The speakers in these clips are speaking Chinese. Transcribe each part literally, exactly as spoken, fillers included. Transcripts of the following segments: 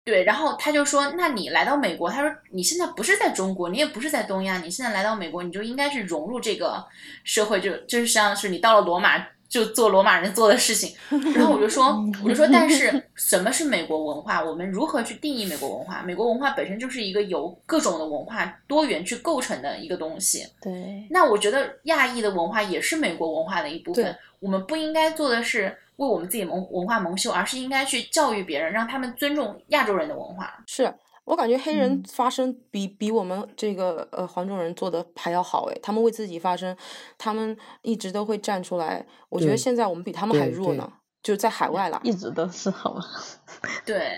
对，然后他就说，那你来到美国，他说你现在不是在中国，你也不是在东亚，你现在来到美国，你就应该是融入这个社会，就就是像是你到了罗马就做罗马人做的事情。然后我就说，我就说，但是什么是美国文化？我们如何去定义美国文化？美国文化本身就是一个由各种的文化多元去构成的一个东西。 对， 那我觉得亚裔的文化也是美国文化的一部分，我们不应该做的是为我们自己文文化蒙羞，而是应该去教育别人，让他们尊重亚洲人的文化。 是我感觉黑人嗯发声比、比我们这个呃黄种人做的还要好诶，他们为自己发声，他们一直都会站出来。我觉得对现在我们比他们还对对弱呢，就是在海外啦。 一直都是好吗？ 对，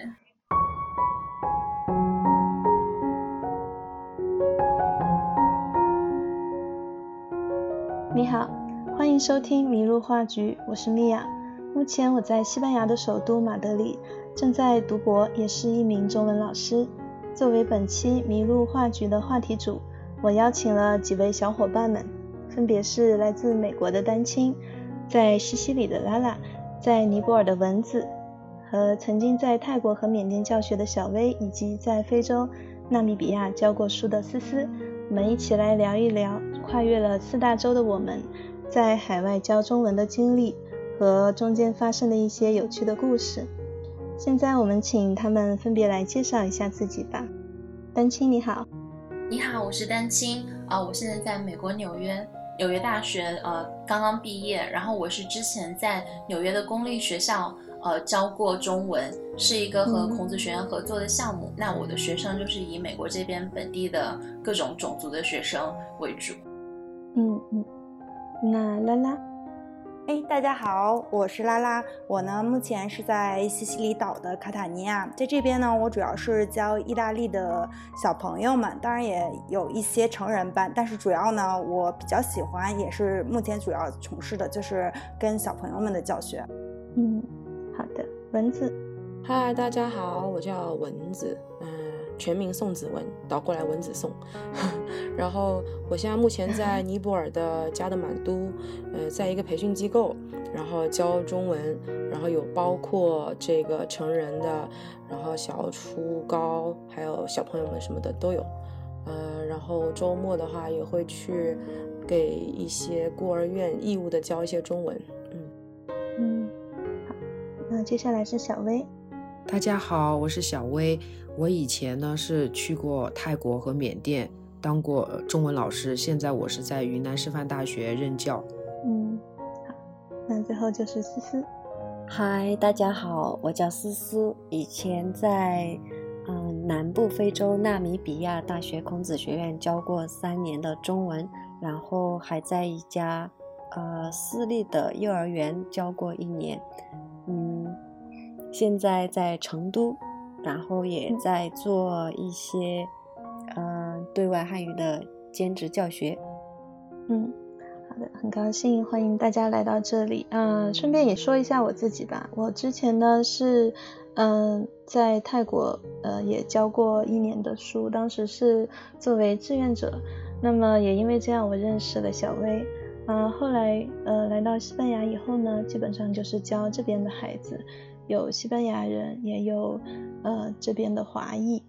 你好，欢迎收听迷路话局，我是米娅。目前我在西班牙的首都马德里，正在读博，也是一名中文老师。作为本期迷路话局的话题主，我邀请了几位小伙伴们，分别是来自美国的丹青，在西西里的拉拉，在尼泊尔的蚊子，和曾经在泰国和缅甸教学的小薇，以及在非洲纳米比亚教过书的思思。我们一起来聊一聊跨越了四大洲的我们在海外教中文的经历和中间发生的一些有趣的故事。现在我们请他们分别来介绍一下自己吧。丹青你好。 你好，我是丹青啊、呃，我现在在美国纽约纽约大学呃刚刚毕业，然后我是之前在纽约的公立学校呃教过中文，是一个和孔子学院合作的项目、嗯、那我的学生就是以美国这边本地的各种种族的学生为主。 嗯嗯，那拉拉。 哎，大家好，我是拉拉。我呢，目前是在西西里岛的卡塔尼亚，在这边呢，我主要是教意大利的小朋友们，当然也有一些成人班，但是主要呢，我比较喜欢，也是目前主要从事的就是跟小朋友们的教学。 嗯，好的，蚊子。 嗨，大家好，我叫蚊子，嗯、呃，全名宋子文，倒过来蚊子宋。然后我现在目前在尼泊尔的加德满都，呃，在一个培训机构，然后教中文，然后有包括这个成人的，然后小初高，还有小朋友们什么的都有。呃，然后周末的话也会去给一些孤儿院义务的教一些中文。嗯嗯，好，那接下来是小薇。 大家好，我是小薇。我以前呢是去过泰国和缅甸当过中文老师，现在我是在云南师范大学任教。 嗯，好，那最后就是思思。 嗨，大家好，我叫思思，以前在嗯、呃、南部非洲纳米比亚大学孔子学院教过三年的中文，然后还在一家呃私立的幼儿园教过一年。嗯，现在在成都，然后也在做一些呃对外汉语的兼职教学。 嗯，好的，很高兴欢迎大家来到这里。嗯、呃，顺便也说一下我自己吧。我之前呢是嗯、呃、在泰国呃也教过一年的书，当时是作为志愿者。那么也因为这样，我认识了小薇。呃，后来呃来到西班牙以后呢，基本上就是教这边的孩子，有西班牙人，也有呃这边的华裔。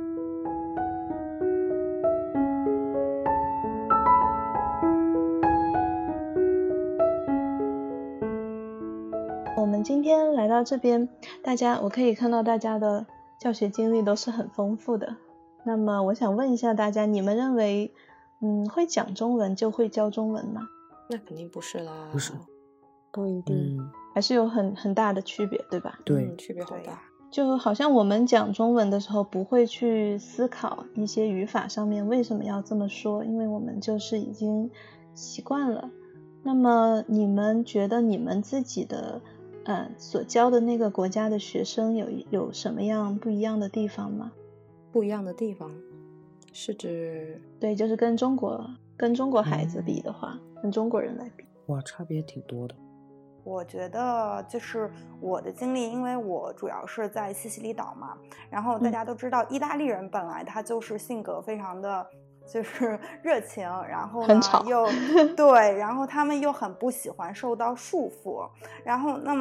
我们今天来到这边，大家我可以看到大家的教学经历都是很丰富的。那么我想问一下大家，你们认为嗯会讲中文就会教中文吗？ 那肯定不是啦， 不是， 不一定、 嗯、 还是有很很大的区别，对吧？ 对、 嗯、区别好大。 就好像我们讲中文的时候不会去思考一些语法上面为什么要这么说，因为我们就是已经习惯了。那么你们觉得你们自己的呃所教的那个国家的学生有有什么样不一样的地方吗？ 不一样的地方是指对，就是跟中国跟中国孩子比的话、嗯、跟中国人来比， 哇，差别挺多的。 我觉得就是我的经历，因为我主要是在西西里岛嘛，然后大家都知道、嗯、意大利人本来他就是性格非常的就是热情，然后呢又对，然后他们又很不喜欢受到束缚，然后那么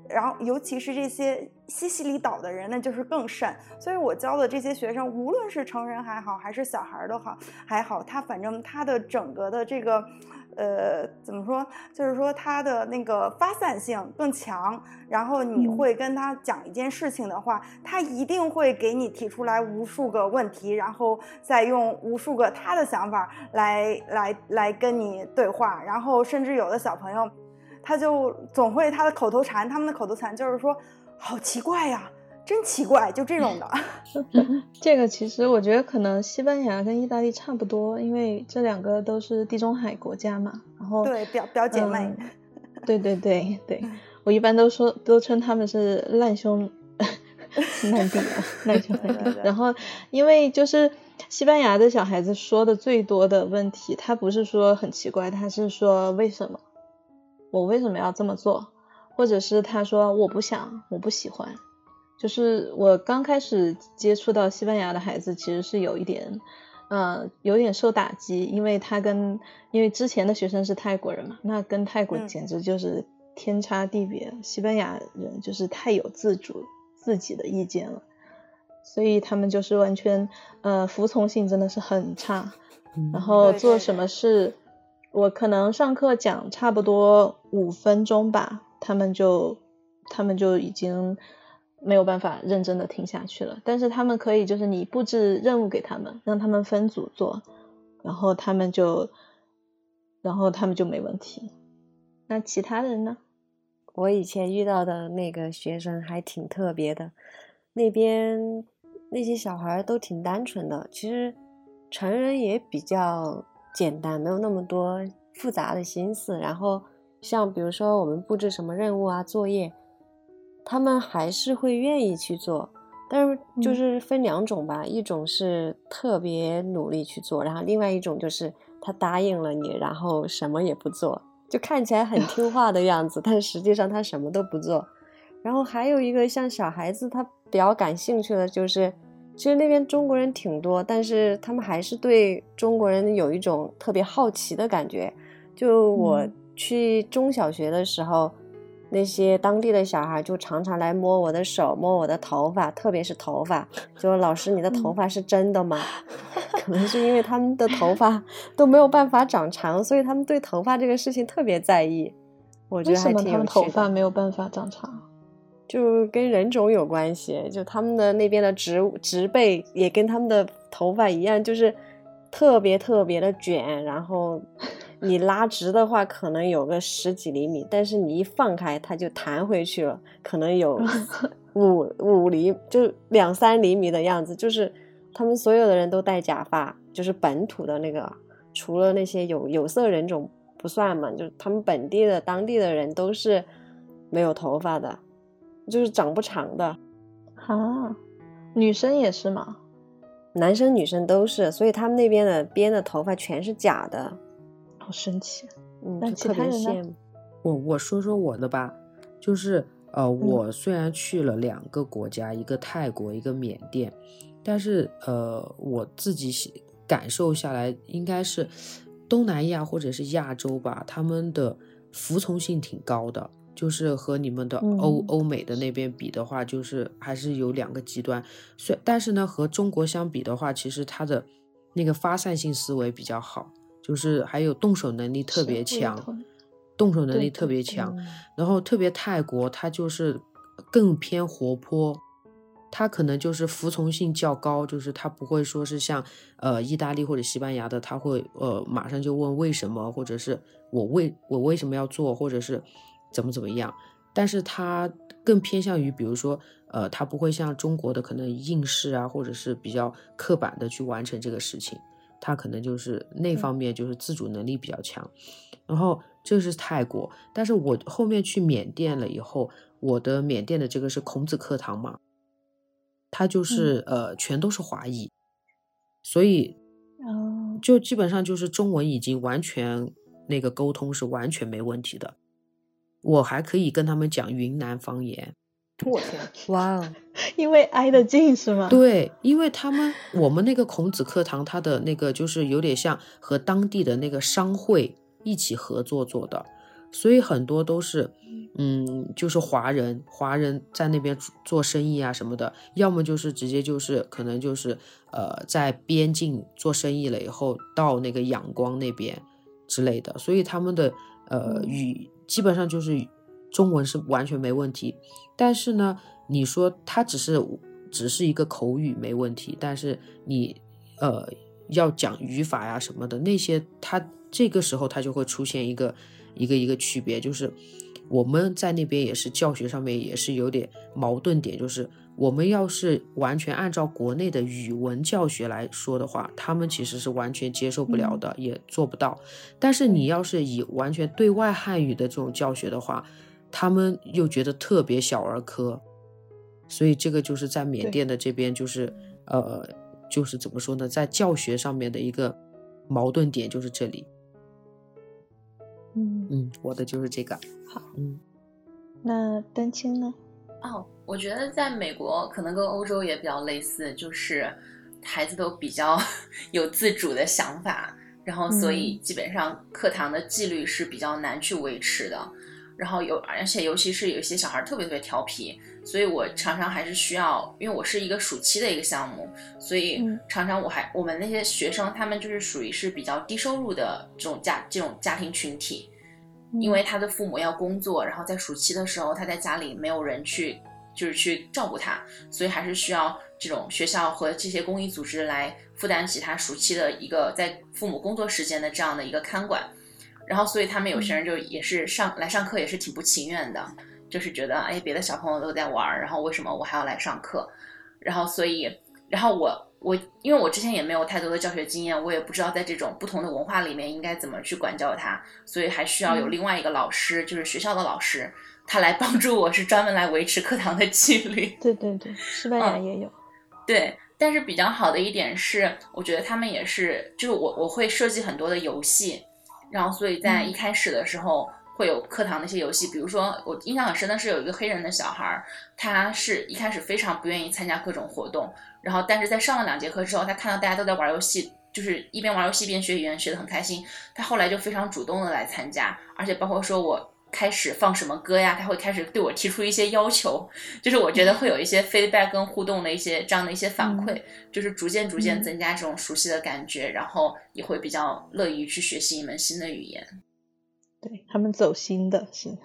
然后尤其是这些西西里岛的人呢，就是更甚。所以我教的这些学生，无论是成人还好，还是小孩都好还好，他反正他的整个的这个。呃，怎么说？就是说他的那个发散性更强，然后你会跟他讲一件事情的话，嗯、他一定会给你提出来无数个问题，然后再用无数个他的想法来来来跟你对话，然后甚至有的小朋友，他就总会他的口头禅，他们的口头禅就是说，好奇怪呀。真奇怪，就这种的。 这个其实我觉得可能西班牙跟意大利差不多，因为这两个都是地中海国家嘛。然后对表表姐妹、 嗯。对对对对，我一般都说都称他们是烂兄烂弟啊，烂兄烂弟。然后因为就是西班牙的小孩子说的最多的问题，他不是说很奇怪，他是说为什么，我为什么要这么做，或者是他说我不想，我不喜欢。就是我刚开始接触到西班牙的孩子，其实是有一点，呃，有点受打击，因为他跟因为之前的学生是泰国人嘛，那跟泰国简直就是天差地别。嗯、西班牙人就是太有自主自己的意见了，所以他们就是完全呃服从性真的是很差，嗯、然后做什么事，我可能上课讲差不多五分钟吧，他们就他们就已经。没有办法认真的听下去了，但是他们可以就是你布置任务给他们，让他们分组做，然后他们就然后他们就没问题。那其他人呢？ 我以前遇到的那个学生还挺特别的，那边那些小孩都挺单纯的，其实成人也比较简单，没有那么多复杂的心思。然后像比如说我们布置什么任务啊作业，他们还是会愿意去做，但是就是分两种吧、嗯、一种是特别努力去做，然后另外一种就是他答应了你然后什么也不做，就看起来很听话的样子但实际上他什么都不做。然后还有一个像小孩子他比较感兴趣的就是其实那边中国人挺多，但是他们还是对中国人有一种特别好奇的感觉。就我去中小学的时候、嗯那些当地的小孩就常常来摸我的手摸我的头发，特别是头发，就老师你的头发是真的吗、嗯、可能是因为他们的头发都没有办法长长，所以他们对头发这个事情特别在意。我觉得还挺有趣的。为什么他们头发没有办法长长？ 就跟人种有关系，就他们的那边的植植被也跟他们的头发一样，就是特别特别的卷，然后你拉直的话可能有个十几厘米，但是你一放开它就弹回去了，可能有五五厘就两三厘米的样子。就是他们所有的人都戴假发，就是本土的那个，除了那些有有色人种不算嘛，就他们本地的当地的人都是没有头发的，就是长不长的。 啊，女生也是吗？ 男生女生都是，所以他们那边的编的头发全是假的。 好神奇。 嗯， 那其他人呢？ 我我说说我的吧，就是呃，我虽然去了两个国家、嗯、一个泰国一个缅甸，但是呃，我自己感受下来应该是东南亚或者是亚洲吧，他们的服从性挺高的，就是和你们的欧、嗯、欧美的那边比的话，就是还是有两个极端。所以但是呢，和中国相比的话，其实它的那个发散性思维比较好，就是还有动手能力特别强，动手能力特别强。然后特别泰国，它就是更偏活泼，它可能就是服从性较高，就是它不会说是像呃意大利或者西班牙的，他会呃马上就问为什么，或者是我为我为什么要做，或者是怎么怎么样。但是它更偏向于比如说呃它不会像中国的可能应试啊，或者是比较刻板的去完成这个事情，它可能就是那方面就是自主能力比较强。然后这是泰国，但是我后面去缅甸了以后，我的缅甸的这个是孔子课堂嘛，它就是、嗯、呃全都是华裔，所以就基本上就是中文已经完全那个沟通是完全没问题的。我还可以跟他们讲云南方言。 我天，哇哦！ 因为挨得近是吗？ 对，因为他们我们那个孔子课堂，它的那个就是有点像和当地的那个商会一起合作做的， 所以很多都是嗯，就是华人华人在那边做生意啊什么的，要么就是直接就是可能就是呃在边境做生意了以后到那个仰光那边之类的，所以他们的呃语基本上就是中文是完全没问题。但是呢你说他只是只是一个口语没问题，但是你呃要讲语法呀什么的那些，他这个时候他就会出现一个一个一个区别，就是我们在那边也是教学上面也是有点矛盾点，就是我们要是完全按照国内的语文教学来说的话，他们其实是完全接受不了的、嗯、也做不到。但是你要是以完全对外汉语的这种教学的话，他们又觉得特别小儿科。所以这个就是在缅甸的这边就是呃，就是怎么说呢，在教学上面的一个矛盾点就是这里。 嗯嗯，我的就是这个。 好， 嗯， 那丹青呢？ 哦，我觉得在美国可能跟欧洲也比较类似，就是孩子都比较有自主的想法，然后所以基本上课堂的纪律是比较难去维持的。然后有，而且尤其是有一些小孩特别特别调皮，所以我常常还是需要，因为我是一个暑期的一个项目，所以常常我还我们那些学生他们就是属于是比较低收入的这种家这种家庭群体，因为他的父母要工作，然后在暑期的时候他在家里没有人去就是去照顾他，所以还是需要这种学校和这些公益组织来负担起他暑期的一个在父母工作时间的这样的一个看管。然后所以他们有些人就也是上、嗯、来上课也是挺不情愿的，就是觉得哎别的小朋友都在玩，然后为什么我还要来上课。然后所以然后我我因为我之前也没有太多的教学经验，我也不知道在这种不同的文化里面应该怎么去管教他，所以还需要有另外一个老师、嗯、就是学校的老师，他来帮助我，是专门来维持课堂的纪律。 对对对，西班牙也有、嗯、 对。但是比较好的一点是我觉得他们也是就是我我会设计很多的游戏，然后所以在一开始的时候会有课堂的一些游戏、嗯、比如说我印象很深的是有一个黑人的小孩，他是一开始非常不愿意参加各种活动，然后但是在上了两节课之后，他看到大家都在玩游戏，就是一边玩游戏一边学语言，学得很开心，他后来就非常主动的来参加，而且包括说我开始放什么歌呀，他会开始对我提出一些要求，就是我觉得会有一些 feedback 跟互动的一些这样的一些反馈、嗯、就是逐渐逐渐增加这种熟悉的感觉、嗯、然后也会比较乐于去学习一门新的语言。 对，他们走心的是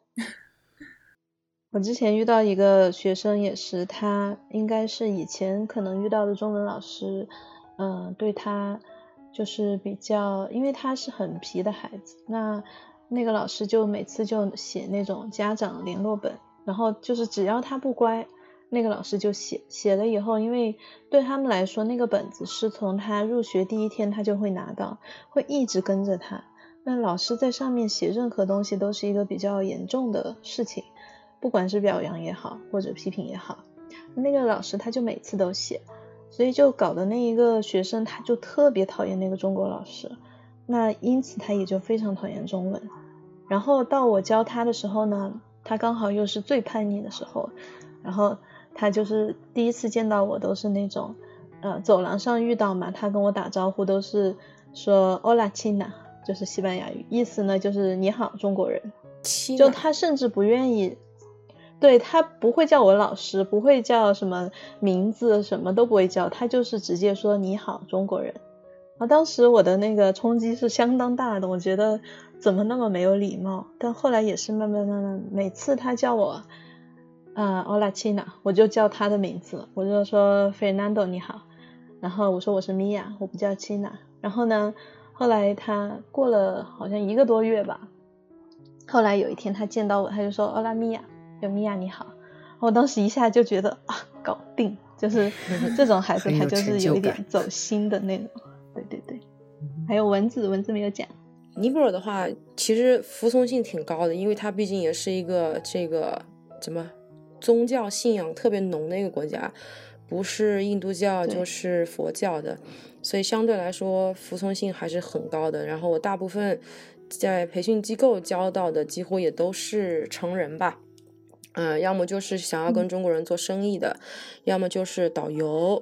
我之前遇到一个学生也是，他应该是以前可能遇到的中文老师嗯、呃，对他就是比较，因为他是很皮的孩子，那那个老师就每次就写那种家长联络本，然后就是只要他不乖，那个老师就写写了以后，因为对他们来说那个本子是从他入学第一天他就会拿到，会一直跟着他，那老师在上面写任何东西都是一个比较严重的事情，不管是表扬也好或者批评也好，那个老师他就每次都写，所以就搞得那一个学生他就特别讨厌那个中国老师，那因此他也就非常讨厌中文。然后到我教他的时候呢，他刚好又是最叛逆的时候，然后他就是第一次见到我都是那种呃，走廊上遇到嘛，他跟我打招呼都是说 Hola China， 就是西班牙语，意思呢就是你好中国人，就他甚至不愿意，对，他不会叫我老师，不会叫什么名字，什么都不会叫，他就是直接说你好中国人。啊，当时我的那个冲击是相当大的，我觉得怎么那么没有礼貌，但后来也是慢慢慢慢，每次他叫我啊 Hola China， 我就叫他的名字，我就说 Fernando 你好，然后我说我是 Mia， 我不叫 China， 然后呢后来他过了好像一个多月吧，后来有一天他见到我，他就说 Hola Mia， 就 Mia 你好，我当时一下就觉得啊搞定，就是这种孩子他就是有一点走心的那种。对对对，还有蚊子，蚊子没有讲。 尼泊尔的话，其实服从性挺高的，因为它毕竟也是一个这个怎么宗教信仰特别浓的一个国家，不是印度教就是佛教的，所以相对来说服从性还是很高的。然后我大部分在培训机构教到的几乎也都是成人吧，嗯、呃，要么就是想要跟中国人做生意的，嗯、要么就是导游。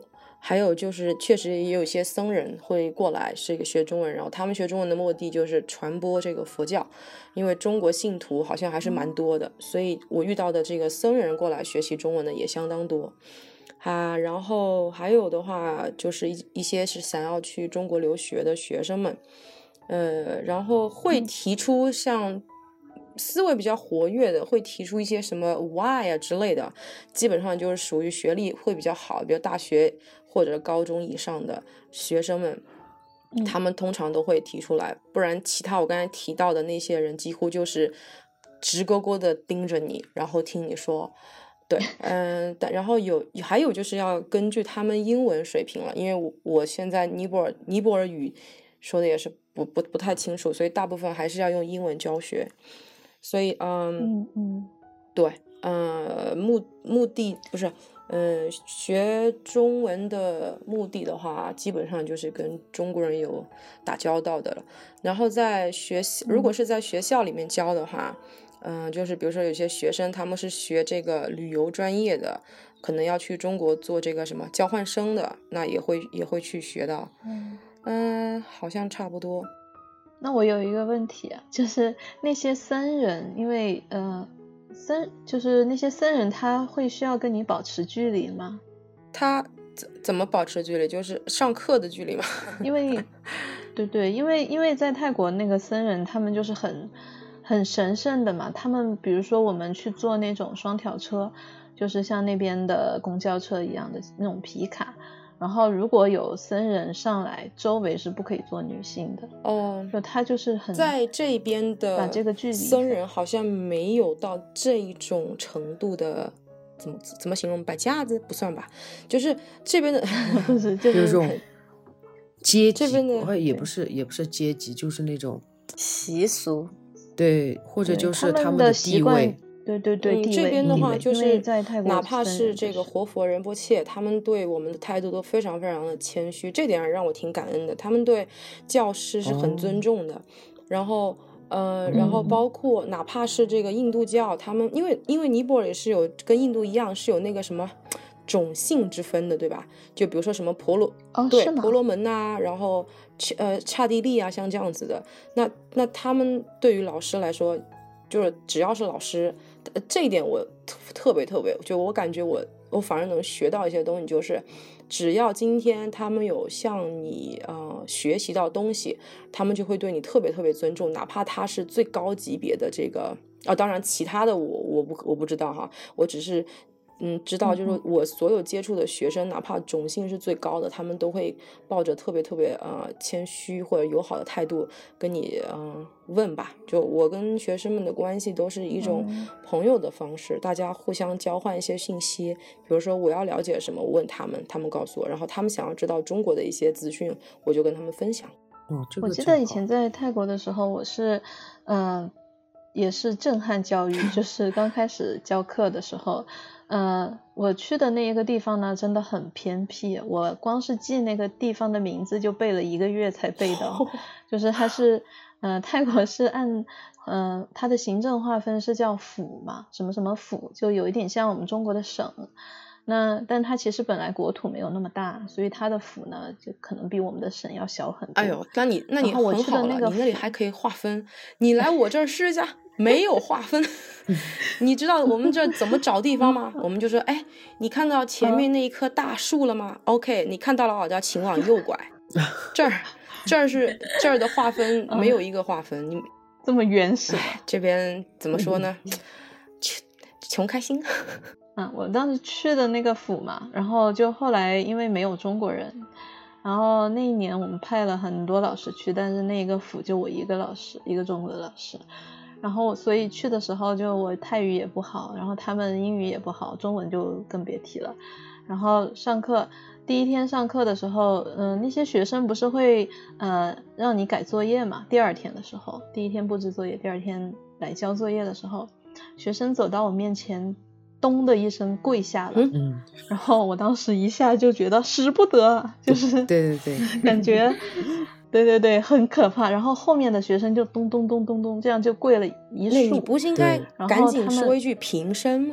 还有就是确实也有一些僧人会过来这个学中文，然后他们学中文的目的就是传播这个佛教，因为中国信徒好像还是蛮多的，所以我遇到的这个僧人过来学习中文的也相当多啊。然后还有的话就是一一些是想要去中国留学的学生们，呃，然后会提出像思维比较活跃的，会提出一些什么 why 啊之类的，基本上就是属于学历会比较好，比如大学或者高中以上的学生们，他们通常都会提出来，不然其他我刚才提到的那些人几乎就是直勾勾的盯着你，然后听你说。对，嗯，但然后有还有就是要根据他们英文水平了，因为我我现在尼泊尔尼泊尔语说的也是不不不太清楚，所以大部分还是要用英文教学。所以嗯嗯嗯， 对，呃，目目的不是，嗯，学中文的目的的话，基本上就是跟中国人有打交道的了。然后在学如果是在学校里面教的话，嗯、呃，就是比如说有些学生他们是学这个旅游专业的，可能要去中国做这个什么交换生的，那也会也会去学到。嗯嗯、呃，好像差不多。 那我有一个问题啊，就是那些僧人，因为呃，僧就是那些僧人，他会需要跟你保持距离吗？ 他怎怎么保持距离？就是上课的距离吗？ 因为，对对，因为因为在泰国那个僧人，他们就是很很神圣的嘛。他们比如说我们去坐那种双条车，就是像那边的公交车一样的那种皮卡。然后如果有僧人上来，周围是不可以坐女性的哦。 就他就是很在这边的把这个距离僧人好像没有到这一种程度的，怎么怎么形容？摆架子不算吧，就是这边的不是就是这种阶级， 这边的也不是也不是阶级，就是那种习俗， 对，或者就是他们的地位。 对对对， 嗯，这边的话就是在泰国哪怕是这个活佛仁波切，他们对我们的态度都非常非常的谦虚，这点让我挺感恩的。他们对教师是很尊重的，哦、然后呃，然后包括哪怕是这个印度教，他们因为因为尼泊尔也是有跟印度一样是有那个什么种姓之分的，对吧？就比如说什么婆罗， 哦、 对婆罗门呐、啊，然后呃刹帝利啊，像这样子的，那那他们对于老师来说，就是只要是老师。这一点我特别特别，就我感觉我我反而能学到一些东西，就是只要今天他们有向你呃学习到东西，他们就会对你特别特别尊重，哪怕他是最高级别的这个啊，当然其他的我我不我不知道哈，我只是嗯知道就是我所有接触的学生，哪怕种姓是最高的，他们都会抱着特别特别呃谦虚或者友好的态度跟你嗯。呃问吧，就我跟学生们的关系都是一种朋友的方式、嗯、大家互相交换一些信息，比如说我要了解什么我问他们，他们告诉我，然后他们想要知道中国的一些资讯，我就跟他们分享。 哦，这个我记得以前在泰国的时候，我是呃也是震撼教育，就是刚开始教课的时候呃，我去的那一个地方呢，真的很偏僻，我光是记那个地方的名字就背了一个月才背到，就是它是呃，泰国是按呃它的行政划分是叫府嘛，什么什么府，就有一点像我们中国的省。那但它其实本来国土没有那么大，所以它的府呢就可能比我们的省要小很多。 哎呦，那你那你很好了， 我去的那个你那里还可以划分，你来我这儿试一下，没有划分。你知道我们这怎么找地方吗？我们就说，哎，你看到前面那一棵大树了吗、嗯、？OK， 你看到了，我就要请往右拐。这儿这儿是这儿的划分没有一个划分，你这么原始。 这边怎么说呢？穷穷开心。 嗯，我当时去的那个府嘛，然后就后来因为没有中国人，然后那一年我们派了很多老师去，但是那个府就我一个老师，一个中国的老师。然后所以去的时候就我泰语也不好，然后他们英语也不好，中文就更别提了。然后上课第一天上课的时候，嗯、呃，那些学生不是会呃让你改作业嘛？第二天的时候，第一天布置作业，第二天来交作业的时候，学生走到我面前，咚的一声跪下了。 嗯， 然后我当时一下就觉得使不得，就是对对对， 感觉对对对很可怕。然后后面的学生就咚咚咚咚咚这样就跪了一束。 你不是应该赶紧说一句平身吗？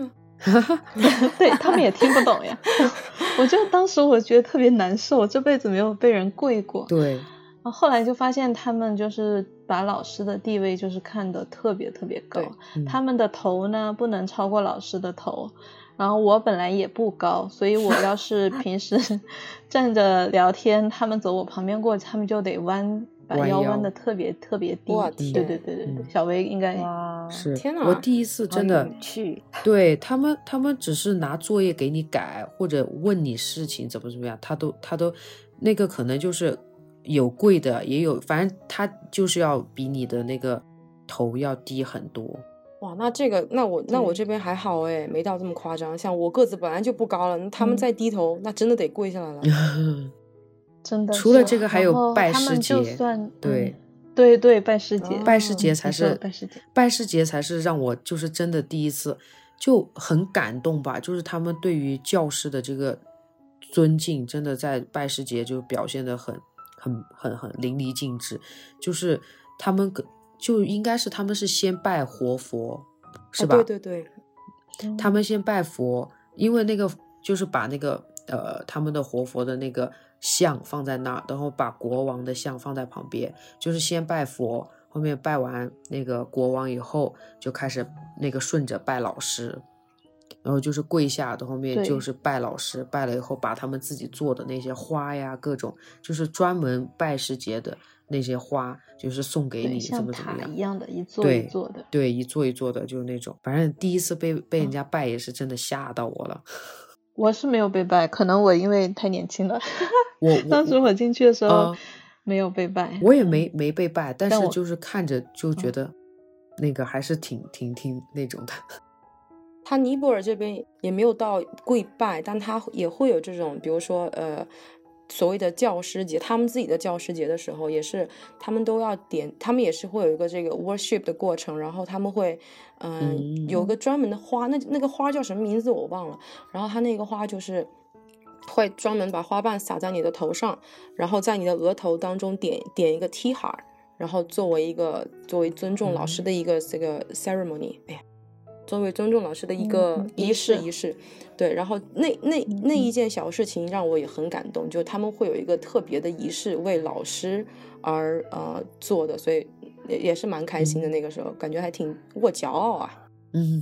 对他们也听不懂呀。我就当时我觉得特别难受，我这辈子没有被人跪过。 对， 然后后来就发现他们就是把老师的地位就是看得特别特别高， 嗯他们的头呢不能超过老师的头。然后我本来也不高，所以我要是平时站着聊天，他们走我旁边过去，他们就得弯，把弯腰腰弯的特别特别低。 哇对天对对对对， 嗯小薇应该哇， 是天哪我第一次真的好有趣。 对他们，他们只是拿作业给你改，或者问你事情怎么怎么样，他都他都那个可能就是有跪的，也有，反正他就是要比你的那个头要低很多。 哇，那这个，那我那我对这边还好哎，没到这么夸张。像我个子本来就不高了，那他们嗯再低头，那真的得跪下来了。 真的是。 除了这个还有然后拜师他们就节算对嗯对对拜师节， 哦拜师节才没错是拜师节。 拜师节才是让我就是真的第一次就很感动吧，就是他们对于教师的这个尊敬，真的在拜师节就表现得很很很很淋漓尽致，就是他们可就应该是他们是先拜活佛，是吧？ 哦、对对对， 他们先拜佛，因为那个就是把那个呃他们的活佛的那个像放在那儿，然后把国王的像放在旁边，就是先拜佛，后面拜完那个国王以后，就开始那个顺着拜老师，然后就是跪下的后面对就是拜老师，拜了以后把他们自己做的那些花呀，各种就是专门拜师节的那些花，就是送给对， 你，怎像么怎么样塔一。样的，一座对一座的。 对，一座一座的，就是那种，反正第一次被被人嗯家拜也是真的吓到我了。 我是没有被拜，可能我因为太年轻了。 我当时我进去的时候呃没有被拜。 我也没没被拜，但但我是就是看着就觉得那个还是挺挺挺那种的。 他尼泊尔这边也没有到跪拜，但他也会有这种，比如说呃所谓的教师节，他们自己的教师节的时候，也是他们都要点，他们也是会有一个这个 worship 的过程，然后他们会呃、 嗯有个专门的花，那那个花叫什么名字我忘了，然后他那个花就是会专门把花瓣撒在你的头上，然后在你的额头当中点点一个 tihar， 然后作为一个作为尊重老师的一个这个 ceremony， 哎呀。作为尊重老师的一个嗯仪式， 仪式仪式，对，然后那那那一件小事情让我也很感动，就他们会有一个特别的仪式为老师而呃做的，所以也也是蛮开心的。那个时候感觉还挺我骄傲啊。 嗯，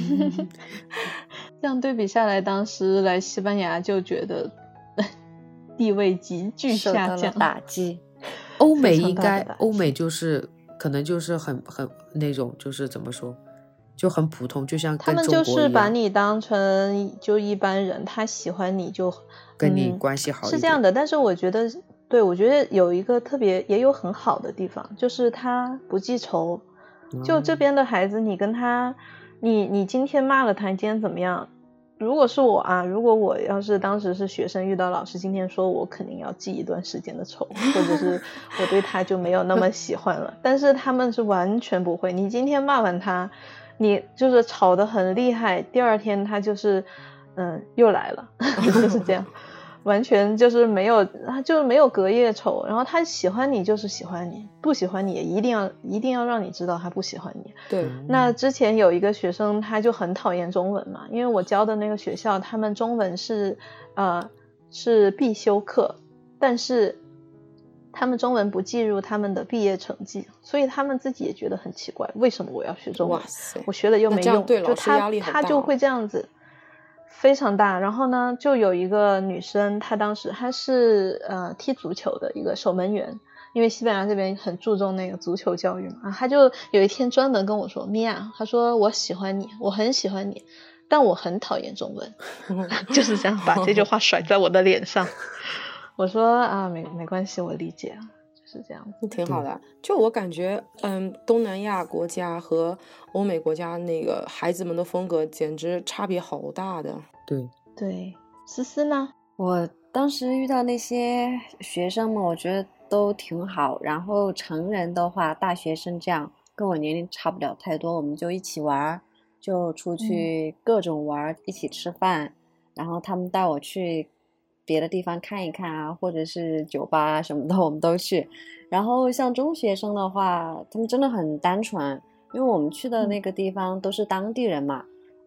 这样对比下来，当时来西班牙就觉得地位急剧受到了下降。 打击。 欧美非常应大的打击该欧美就是可能就是很很那种就是怎么说，就很普通，就像他们跟中国就是把一样， 你当成就一般人，他喜欢你就跟你嗯关系好一点。 是这样的。但是我觉得，对，我觉得有一个特别也有很好的地方，就是他不记仇。就这哦边的孩子，你跟他，你你今天骂了他，你今天怎么样？如果是我啊，如果我要是当时是学生遇到老师今天说我肯定要记一段时间的仇，或者是我对他就没有那么喜欢了。但是他们是完全不会，你今天骂完他，你就是吵得很厉害，第二天他就是嗯又来了，就是这样。完全就是没有，他就是没有隔夜仇，然后他喜欢你就是喜欢你，不喜欢你也一定要一定要让你知道他不喜欢你。 对， 那之前有一个学生他就很讨厌中文嘛，因为我教的那个学校他们中文是呃是必修课，但是他们中文不计入他们的毕业成绩，所以他们自己也觉得很奇怪，为什么我要学中文哇？塞， 我学了又那这样没用， 对老师就他压力很大哦他就会这样子。非常大，然后呢，就有一个女生，她当时她是呃踢足球的一个守门员，因为西班牙这边很注重那个足球教育嘛，啊，她就有一天专门跟我说，米娅，她说我喜欢你，我很喜欢你，但我很讨厌中文，就是这样把这句话甩在我的脸上。我说啊，没没关系，我理解啊。是这样子， 挺好的。就我感觉，嗯，东南亚国家和欧美国家那个孩子们的风格简直差别好大的。 对对，思思呢？ 我当时遇到那些学生们，我觉得都挺好。然后成人的话，大学生这样跟我年龄差不了太多，我们就一起玩，就出去各种玩，嗯、一起吃饭。然后他们带我去别的地方看一看啊，或者是酒吧啊什么的，我们都去。然后像中学生的话，他们真的很单纯，因为我们去的那个地方都是当地人嘛，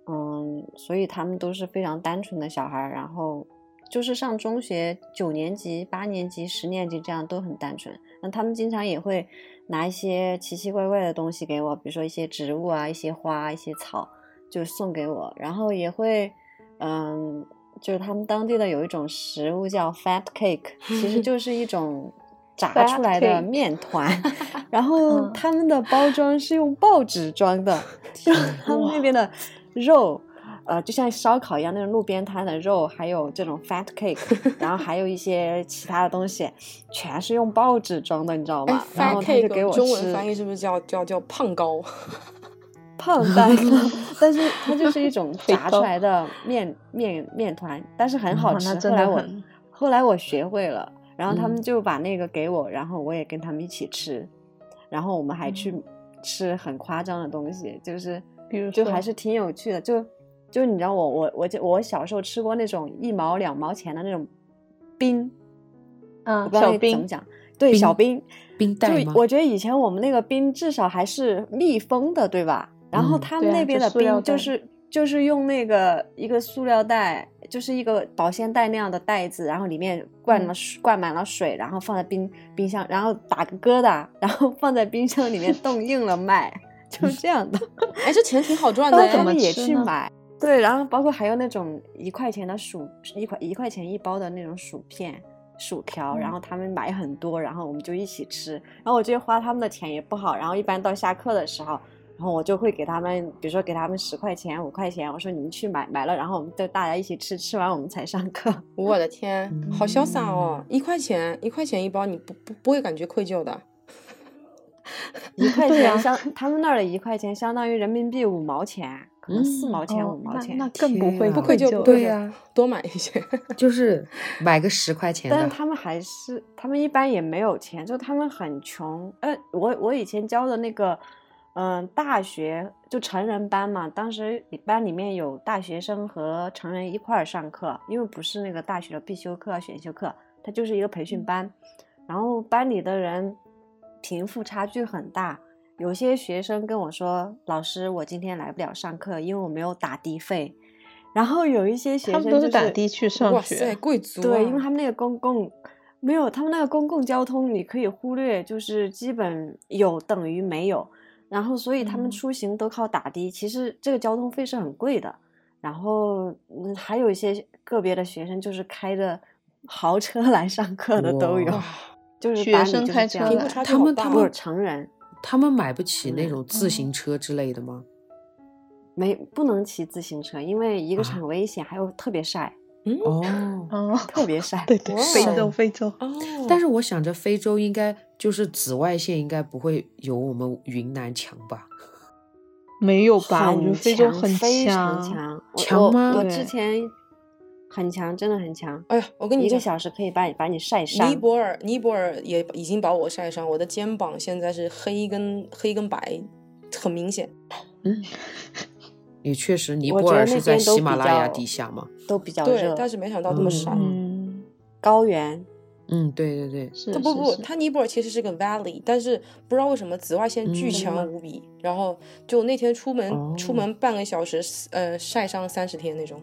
嗯，所以他们都是非常单纯的小孩，然后就是上中学九年级、八年级、十年级这样都很单纯。那他们经常也会拿一些奇奇怪怪的东西给我，比如说一些植物啊、一些花、一些草，就送给我。然后也会，嗯，就是他们当地的有一种食物叫 fat cake， 其实就是一种炸出来的面团，然后他们的包装是用报纸装的，就是他们那边的肉。呃，就像烧烤一样，那种路边摊的肉，还有这种 fat cake， 然后还有一些其他的东西，全是用报纸装的，你知道吗？ 哎、 然后他就给我吃。 中文翻译是不是叫叫叫胖糕？ 胖蛋糕，但是它就是一种炸出来的面面面团，但是很好吃。 哦、 后来我后来我学会了，然后他们就把那个给我，然后我也跟他们一起吃，然后我们还去吃很夸张的东西，就是比如就还是挺有趣的，就。就你知道我我我我小时候吃过那种一毛两毛钱的那种冰， 嗯， 我不知道怎么讲，对，小冰冰袋吗？ 就我觉得以前我们那个冰至少还是密封的，对吧？然后他们那边的冰就是、嗯、就是用那个一个塑料袋，就是一个保鲜袋那样的袋子，然后里面灌了、嗯、灌满了水，然后放在冰冰箱，然后打个疙瘩，然后放在冰箱里面冻硬了卖，就是这样的。 哎，这钱挺好赚的哎， 他们也去买。对，然后包括还有那种一块钱的薯一块一块钱一包的那种薯片、薯条，然后他们买很多，然后我们就一起吃。然后我觉得花他们的钱也不好，然后一般到下课的时候，然后我就会给他们，比如说给他们十块钱、五块钱，我说你们去买买了，然后我们就大家一起吃，吃完我们才上课。 我的天，好潇洒哦！一块钱一块钱一包，你不不不会感觉愧疚的？ 一块钱相、啊、他们那儿的一块钱相当于人民币五毛钱。可能四毛钱、 嗯、 五毛钱， 那, 那更不会不愧疚， 对呀、啊， 多买一些， 就是买个十块钱的。 但是他们还是，他们一般也没有钱，就他们很穷。呃，我我以前教的那个，嗯、呃，大学就成人班嘛，当时班里面有大学生和成人一块儿上课，因为不是那个大学的必修课、选修课，它就是一个培训班，然后班里的人贫富差距很大。有些学生跟我说，老师我今天来不了上课，因为我没有打的费。然后有一些学生、就是、 他们都是打的去上学， 哇塞，贵族、啊、 对，因为他们那个公共没有，他们那个公共交通你可以忽略，就是基本有等于没有，然后所以他们出行都靠打的、嗯、其实这个交通费是很贵的。然后、嗯、还有一些个别的学生就是开着豪车来上课的都有，就是学生开车来， 他们他们成人他们买不起那种自行车之类的吗？ 嗯、没，不能骑自行车，因为一个是很危险、啊、还有特别晒。 嗯哦， 特别晒。 对对，非洲非洲。 哦，但是我想着非洲应该就是紫外线应该不会有我们云南强吧？ 没有吧？我觉得非洲很非常强。 强吗？ 我之前很强，真的很强。 哎呀，我跟你讲， 一个小时可以把你把你晒伤。 尼泊尔，尼泊尔也已经把我晒伤，我的肩膀现在是黑跟黑跟白，很明显。 嗯，也确实，尼泊尔是在喜马拉雅底下嘛， 都比较热， 对，但是没想到这么晒。 嗯，高原。 嗯，对对对， 是不不不， 是是它尼泊尔其实是个 valley， 但是不知道为什么紫外线巨强无比，嗯、然后就那天出门、哦、出门半个小时，呃，晒伤三十天那种。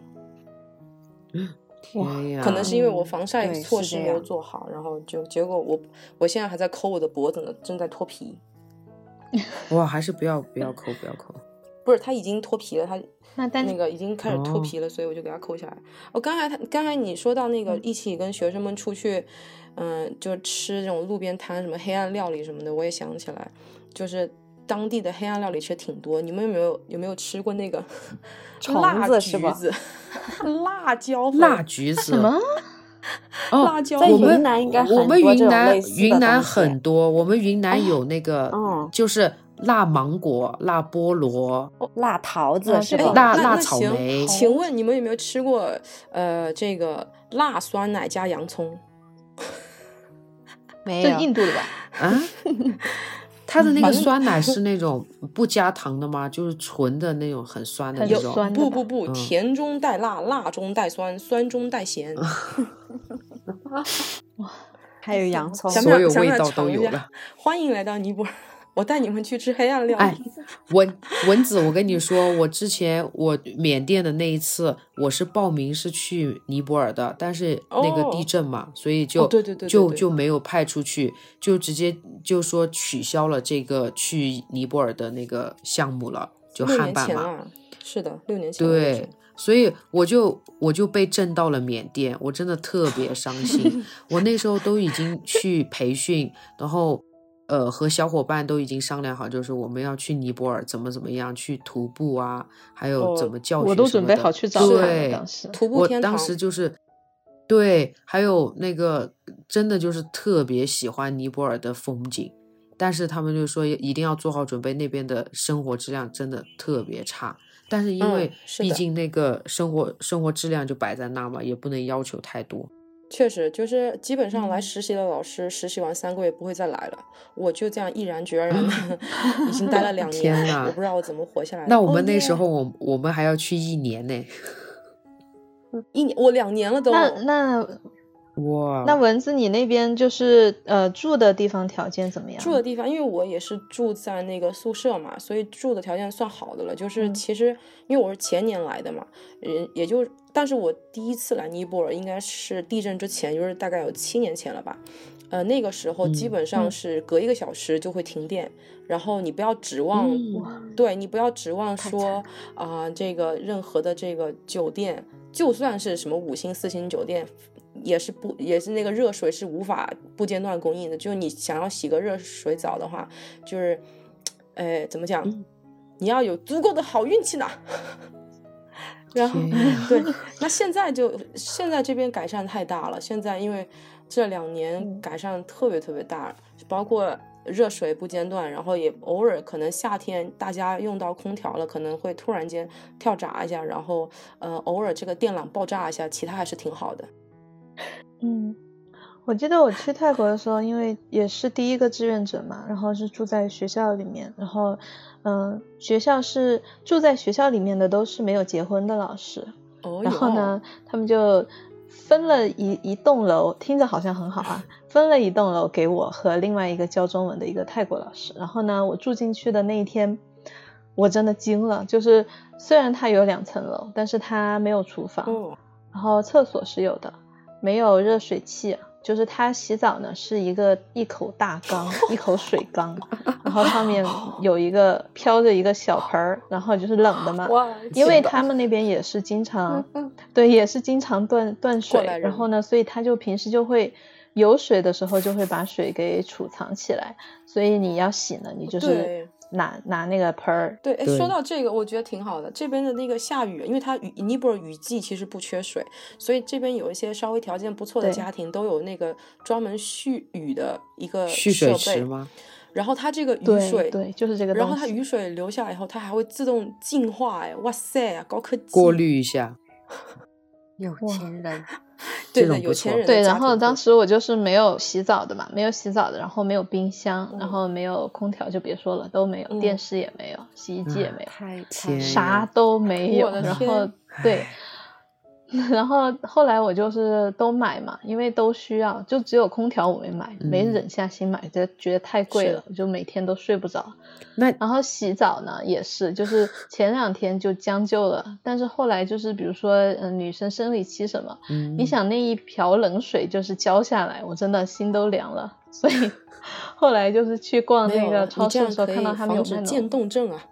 哇呀！ 可能是因为我防晒措施没有做好，然后就结果我我现在还在抠我的脖子呢，正在脱皮。 哇，还是不要不要抠不要抠。 不是，它已经脱皮了，它那那个已经开始脱皮了，哦、所以我就给它抠下来。我、哦、刚才他刚才你说到那个一起跟学生们出去，嗯、呃，就吃这种路边摊什么黑暗料理什么的，我也想起来，就是当地的黑暗料理其实挺多。你们有没有有没有吃过那个辣橘子、辣椒粉、 辣橘子什么？ 哦， 辣椒在云南应该很多我们云南云南很很多，我们云南有那个， 哦、 就是辣芒果、辣菠萝、 辣桃子，是吧？ 辣辣草莓。 请问你们有没有吃过呃这个辣酸奶加洋葱？ 没有， 这印度的吧？ 啊？它的那个酸奶是那种不加糖的吗？就是纯的那种很酸的那种。 酸不不不，嗯、甜中带辣，辣中带酸，酸中带咸。 还有洋葱， 所有味道都有了。 欢迎来到尼泊尔， 我带你们去吃黑暗料理。 哎，蚊蚊子，我跟你说，我之前我缅甸的那一次，我是报名是去尼泊尔的，但是那个地震嘛， 哦、 所以就、 哦、对对对对对就就没有派出去，就直接就说取消了这个去尼泊尔的那个项目了，就汉办嘛。 是的，六年前。 对。所以我就我就被震到了缅甸，我真的特别伤心。我那时候都已经去培训，然后呃和小伙伴都已经商量好，就是我们要去尼泊尔怎么怎么样去徒步啊，还有怎么教学什么的、 哦、我都准备好去找他了。当时徒步天堂， 我当时就是对，还有那个真的就是特别喜欢尼泊尔的风景，但是他们就说一定要做好准备，那边的生活质量真的特别差。但是因为毕竟那个生活、嗯、生活质量就摆在那嘛，也不能要求太多。 确实，就是基本上来实习的老师，嗯、实习完三个月不会再来了。我就这样毅然决然的已经待了两年， 天哪， 我不知道我怎么活下来的。 那我们那时候我，我、oh, yeah. 我们还要去一年呢。 一年，我两年了都。 那那。 哇， 那蚊子，你那边就是呃住的地方条件怎么样？ 住的地方，因为我也是住在那个宿舍嘛，所以住的条件算好的了。就是其实、嗯、因为我是前年来的嘛，也也就，但是我第一次来尼泊尔应该是地震之前，就是大概有七年前了吧。呃，那个时候基本上是隔一个小时就会停电，嗯、然后你不要指望，嗯、对你不要指望说啊、呃，这个任何的这个酒店，就算是什么五星四星酒店。也是不也是那个热水是无法不间断供应的，就是你想要洗个热水澡的话，就是呃怎么讲、嗯、你要有足够的好运气呢。然后对，那现在就现在这边改善太大了，现在因为这两年改善特别特别大，包括热水不间断，然后也偶尔可能夏天大家用到空调了，可能会突然间跳闸一下，然后呃偶尔这个电缆爆炸一下，其他还是挺好的。 嗯，我记得我去泰国的时候，因为也是第一个志愿者嘛，然后是住在学校里面，然后嗯、呃，学校是住在学校里面的都是没有结婚的老师， 哦、 然后呢他们就分了一一栋楼，听着好像很好啊，分了一栋楼给我和另外一个教中文的一个泰国老师。然后呢我住进去的那一天我真的惊了，就是虽然它有两层楼，但是它没有厨房、哦、然后厕所是有的，没有热水器，就是他洗澡呢是一个一口大缸一口水缸，然后上面有一个飘着一个小盆儿，然后就是冷的嘛，因为他们那边也是经常对也是经常断断水，然后呢所以他就平时就会有水的时候就会把水给储藏起来，所以你要洗呢你就是拿拿那个盆儿。 对，说到这个我觉得挺好的，这边的那个下雨，因为它雨尼泊尔雨季其实不缺水，所以这边有一些稍微条件不错的家庭都有那个专门蓄雨的一个蓄水池吗？ 然后它这个雨水对, 对就是这个东西， 然后它雨水流下来以后它还会自动净化，哎，哇塞，高科技， 过滤一下。 有钱人对的，有钱人的对，然后当时我就是没有洗澡的嘛，没有洗澡的，然后没有冰箱、嗯、然后没有空调就别说了，都没有、嗯、电视也没有，洗衣机也没有、 嗯、太啥都没有，然后对然后后来我就是都买嘛，因为都需要，就只有空调我没买、嗯、没忍下心买，就觉得太贵了，就每天都睡不着。 那然后洗澡呢也是，就是前两天就将就了，但是后来就是比如说、呃、女生生理期什么、嗯、你想那一瓢冷水就是浇下来，我真的心都凉了，所以后来就是去逛那个超市的时候看到他们有那种渐冻症啊。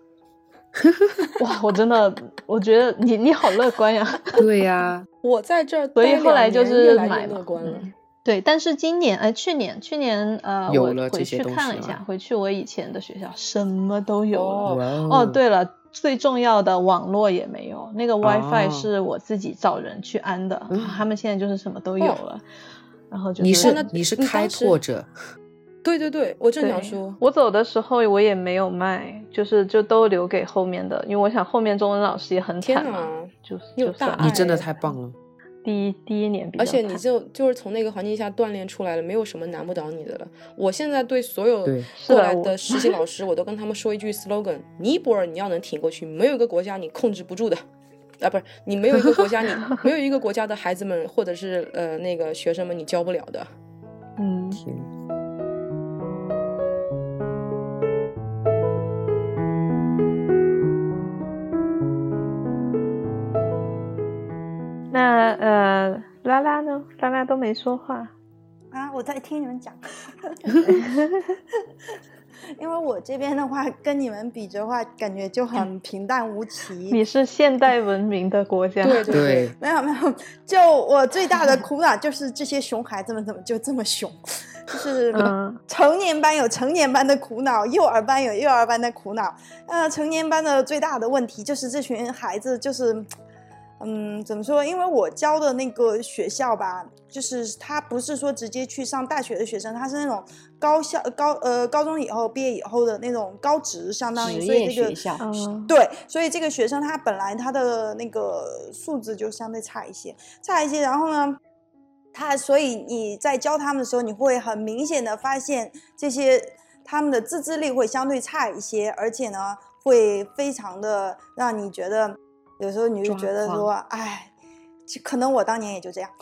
哇，我真的我觉得你你好乐观呀。 对呀、啊、 我在这儿所以后来就是买乐观了、 嗯、对，但是今年哎去年去年呃我回去看了一下，回去我以前的学校什么都有了。 哦, 哦对了，最重要的网络也没有，那个 WiFi 是我自己找人去安的、哦、他们现在就是什么都有了、哦、然后就是你是你是开拓者。 对对对，我正想说我走的时候我也没有卖，就是就都留给后面的，因为我想后面中文老师也很惨嘛，就是有大爱， 你真的太棒了。 第一第一年比较， 而且你就就是从那个环境下锻炼出来了，没有什么难不倒你的了。我现在对所有过来的实习老师，我都跟他们说一句 slogan： 尼泊尔你要能挺过去，没有一个国家你控制不住的。啊，不是，你没有一个国家，你没有一个国家的孩子们或者是呃那个学生们，你教不了的。 嗯。 呃，拉拉呢？拉拉都没说话啊，我在听你们讲。因为我这边的话跟你们比的话感觉就很平淡无奇。 你是现代文明的国家。 对对对，没有没有，就我最大的苦恼就是这些熊孩子们怎么就这么熊，就是成年班有成年班的苦恼，幼儿班有幼儿班的苦恼。呃，成年班的最大的问题就是这群孩子就是嗯，怎么说？因为我教的那个学校吧，就是他不是说直接去上大学的学生，他是那种高校高呃高中以后毕业以后的那种高职，相当于，所以这个嗯、 对，所以这个学生他本来他的那个素质就相对差一些，差一些。然后呢，他所以你在教他们的时候，你会很明显的发现这些他们的自制力会相对差一些，而且呢，会非常的让你觉得。有时候你就觉得说，哎，可能我当年也就这样，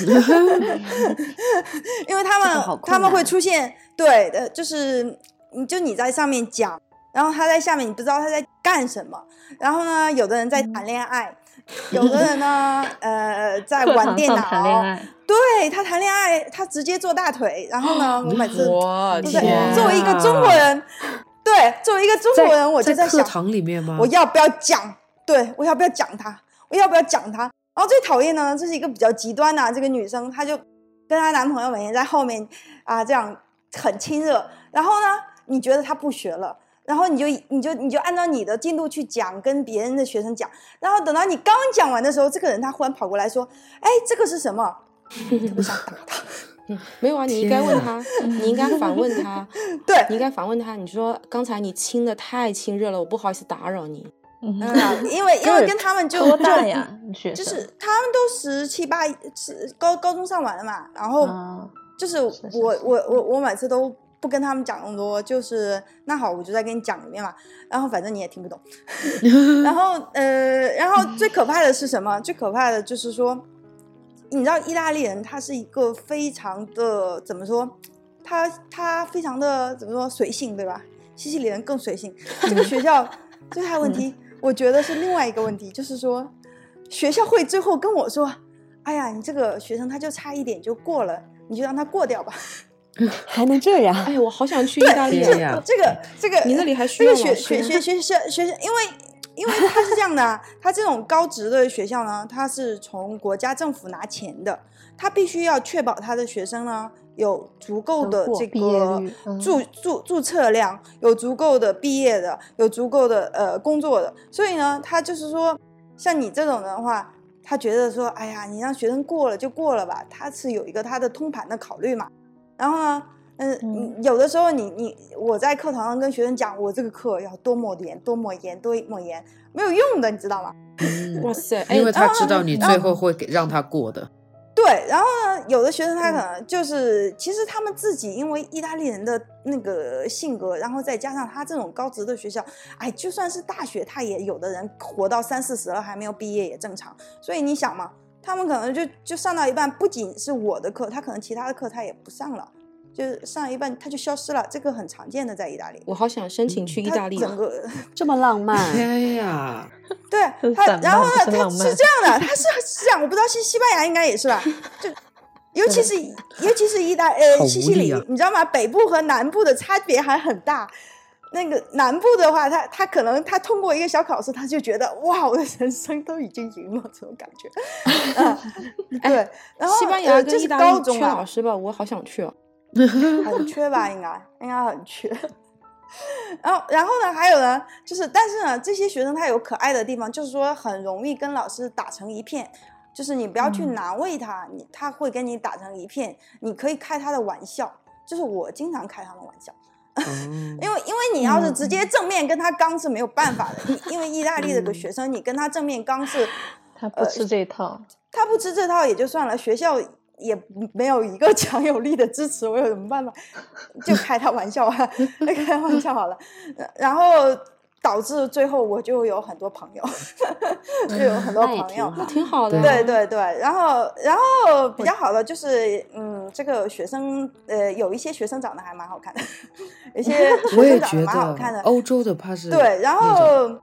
因为他们他们会出现，对的，就是你就你在上面讲，然后他在下面你不知道他在干什么，然后呢，有的人在谈恋爱，嗯、有的人呢，呃，在玩电脑， 谈恋爱对他谈恋爱，他直接做大腿，然后呢，我每次我天，作为一个中国人，对，作为一个中国人，我就在想， 课堂里面吗？ 我要不要讲？对，我要不要讲他？我要不要讲他？然后最讨厌的呢，这是一个比较极端的、啊、这个女生，她就跟她男朋友每天在后面啊这样很亲热，然后呢，你觉得她不学了，然后你就你就你就按照你的进度去讲，跟别人的学生讲，然后等到你刚讲完的时候，这个人他忽然跑过来说：“哎，这个是什么？”特别想打他。 没有啊，你应该问他，你应该反问他， 对， 你应该反问他，你说刚才你亲的太亲热了，我不好意思打扰你。 嗯，因为因为跟他们就多大呀？ 就是他们都十七八，十高高中上完了嘛。然后就是我、嗯、我我我我每次都不跟他们讲那么多，就是那好，我就在跟你讲里面嘛。然后反正你也听不懂。然后呃，然后最可怕的是什么？最可怕的就是说，你知道意大利人他是一个非常的怎么说？他他非常的怎么说随性，对吧？西西里人更随性。这个学校最大的问题。嗯我觉得是另外一个问题，就是说学校会最后跟我说，哎呀，你这个学生他就差一点就过了，你就让他过掉吧。 还能这样？ 哎呀，我好想去意大利啊！这个这个你那里还需要这个学学学学学学，因为因为他是这样的、啊，他这种高职的学校呢，他是从国家政府拿钱的，他必须要确保他的学生呢有足够的这个注注注册量，有足够的毕业的，有足够的呃工作的，所以呢，他就是说，像你这种人的话，他觉得说，哎呀，你让学生过了就过了吧，他是有一个他的通盘的考虑嘛。然后呢，嗯，嗯有的时候你你我在课堂上跟学生讲，我这个课要多么严，多么严，多么严，没有用的，你知道吗？ 嗯、 哇塞， 因为他知道你最后会给让他过的。 对，然后呢，有的学生他可能就是、嗯、其实他们自己因为意大利人的那个性格，然后再加上他这种高职的学校，哎，就算是大学，他也有的人活到三四十了还没有毕业也正常。所以你想嘛，他们可能就就上到一半，不仅是我的课，他可能其他的课他也不上了，就是上一半他就消失了，这个很常见的在意大利。 我好想申请去意大利， 整个这么浪漫。 天呀！ 对他，然后呢，他是这样的，他是是这样，我不知道西西班牙应该也是吧？就尤其是尤其是意大呃西西里，你知道吗？北部和南部的差别还很大。那个南部的话，他他可能他通过一个小考试，他就觉得哇，我的人生都已经赢了，这种感觉。嗯，对。然后西班牙跟意大利缺老师吧，我好想去哦。 很缺吧，应该应该很缺。然后，然后呢，还有呢，就是，但是呢，这些学生他有可爱的地方，就是说很容易跟老师打成一片，就是你不要去难为他，嗯、你他会跟你打成一片，你可以开他的玩笑，就是我经常开他们玩笑，嗯、因为因为你要是直接正面跟他刚是没有办法的，嗯、因为意大利这个学生，你跟他正面刚是， 他不吃这套，呃， 他不吃这套也就算了，学校也没有一个强有力的支持，我有什么办法？就开他玩笑啊，开玩笑好了。然后导致最后我就有很多朋友，就有很多朋友， 那挺好的。 对对对，然后然后比较好的就是，嗯，这个学生呃，有一些学生长得还蛮好看的，有些学生长得蛮好看的。 欧洲的怕是对，然后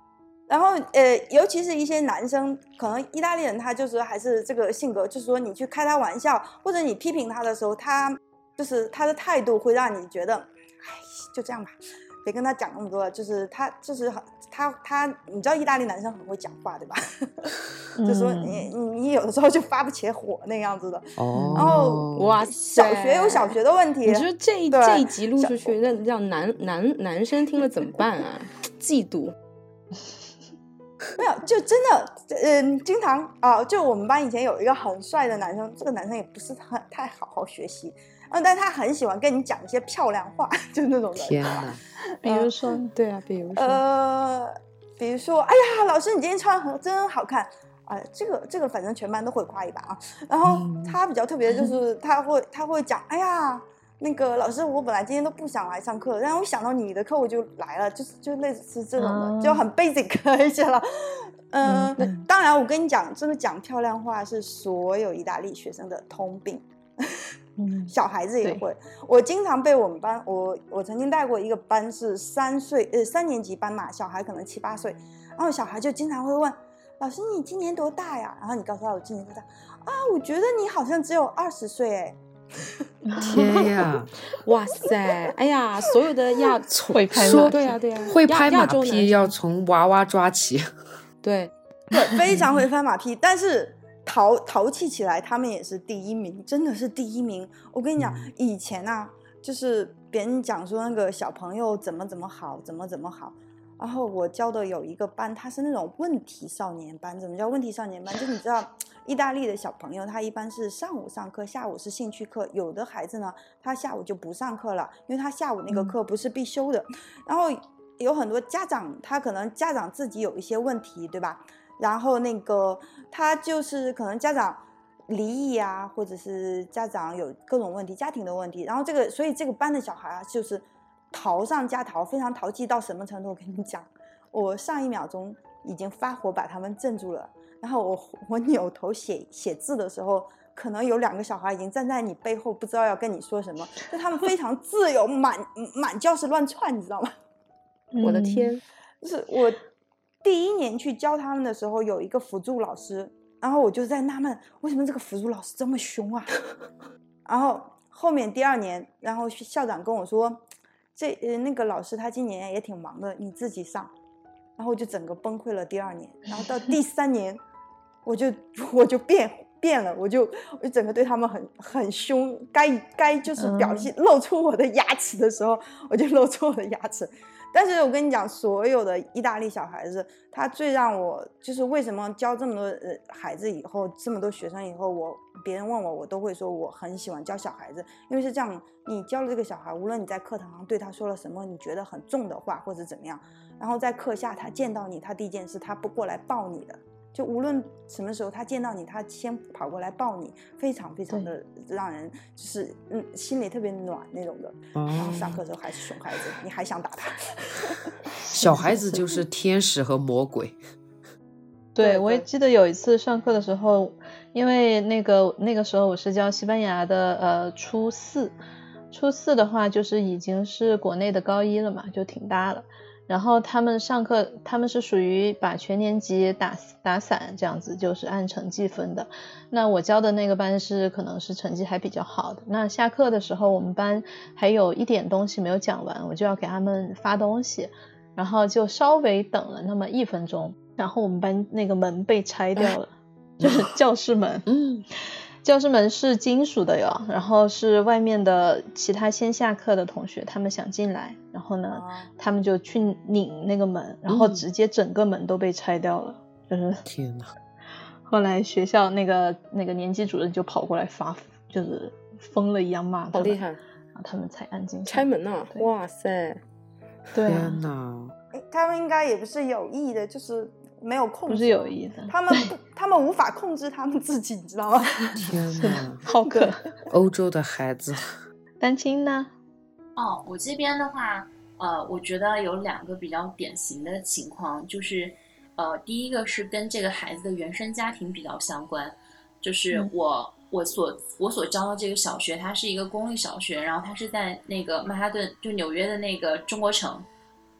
然后呃，尤其是一些男生，可能意大利人他就是还是这个性格，就是说你去开他玩笑或者你批评他的时候，他就是他的态度会让你觉得，哎，就这样吧，别跟他讲那么多了。就是他就是他他，你知道意大利男生很会讲话，对吧？就说你你你有的时候就发不起火那样子的。 哦， 然后哇， 小学有小学的问题。 你说这一这一集录出去，让让男男男生听了怎么办啊？嫉妒。 没有，就真的，嗯、呃，经常啊，就我们班以前有一个很帅的男生，这个男生也不是很太好好学习，嗯，但他很喜欢跟你讲一些漂亮话，就是那种人。 天哪！ 比如说，呃、对啊，比如说， 呃，比如说，哎呀，老师你今天穿很真好看，啊、呃，这个这个反正全班都会夸一把啊。然后他比较特别的就是他会他会讲，哎呀。那个老师，我本来今天都不想来上课，但我想到你的课我就来了，就是就类似这种的，哦、就很 basic 一些了。呃、嗯，当然我跟你讲，这个讲漂亮话是所有意大利学生的通病，嗯、小孩子也会。我经常被我们班，我我曾经带过一个班是三岁呃三年级班嘛，小孩可能七八岁，然后小孩就经常会问老师你今年多大呀？然后你告诉他我今年多大啊？我觉得你好像只有二十岁哎。 天呀！ 哇塞！哎呀，所有的亚会拍马， 对呀对呀， 会拍马屁要从娃娃抓起。 对对，非常会拍马屁，但是淘淘气起来，他们也是第一名，真的是第一名。我跟你讲，嗯、以前啊，就是别人讲说那个小朋友怎么怎么好，怎么怎么好。然后我教的有一个班，他是那种问题少年班。怎么叫问题少年班？就你知道，意大利的小朋友他一般是上午上课，下午是兴趣课。有的孩子呢，他下午就不上课了，因为他下午那个课不是必修的。嗯、然后有很多家长，他可能家长自己有一些问题，对吧？然后那个他就是可能家长离异啊，或者是家长有各种问题，家庭的问题。然后这个，所以这个班的小孩啊，就是淘上加淘，非常淘气到什么程度？我跟你讲，我上一秒钟已经发火把他们镇住了，然后我我扭头写写字的时候，可能有两个小孩已经站在你背后，不知道要跟你说什么，就他们非常自由，满满教室乱窜，你知道吗？ 我的天！ 就是我第一年去教他们的时候，有一个辅助老师，然后我就在纳闷，为什么这个辅助老师这么凶啊？然后后面第二年，然后校长跟我说。这呃那个老师他今年也挺忙的，你自己上，然后我就整个崩溃了。第二年，然后到第三年，我就我就变变了，我就我就整个对他们很很凶，该该就是表现露出我的牙齿的时候，我就露出我的牙齿。但是我跟你讲，所有的意大利小孩子，他最让我就是为什么教这么多呃孩子以后，这么多学生以后，我别人问我，我都会说我很喜欢教小孩子，因为是这样，你教了这个小孩，无论你在课堂上对他说了什么你觉得很重的话或者怎么样，然后在课下他见到你，他第一件事他不过来抱你的。就无论什么时候他见到你，他先跑过来抱你，非常非常的让人就是嗯心里特别暖那种的。哦、然后上课的时候还是熊孩子，你还想打他？ 小孩子就是天使和魔鬼。 对，我也记得有一次上课的时候，因为那个那个时候我是教西班牙的呃初四，初四的话就是已经是国内的高一了嘛，就挺大了。然后他们上课，他们是属于把全年级打打散这样子，就是按成绩分的。那我教的那个班是可能是成绩还比较好的。那下课的时候，我们班还有一点东西没有讲完，我就要给他们发东西，然后就稍微等了那么一分钟，然后我们班那个门被拆掉了，就是教室门。嗯。教室门是金属的哟，然后是外面的其他先下课的同学，他们想进来，然后呢，哦、他们就去拧那个门，然后直接整个门都被拆掉了，嗯、就是天哪！ 后来学校那个那个年级主任就跑过来发，就是疯了一样骂他们， 好厉害， 然后他们才安静。 拆门啊！哇塞！ 对啊， 天哪！ 他们应该也不是有意的，就是没有控制， 不是有意的， 他们他们无法控制他们自己，你知道吗？ 天哪， 好可欧洲的孩子。 单亲呢？ 哦，我这边的话，呃，我觉得有两个比较典型的情况，就是呃，第一个是跟这个孩子的原生家庭比较相关，就是我、嗯、我所我所教的这个小学，它是一个公立小学，然后它是在那个曼哈顿，就纽约的那个中国城。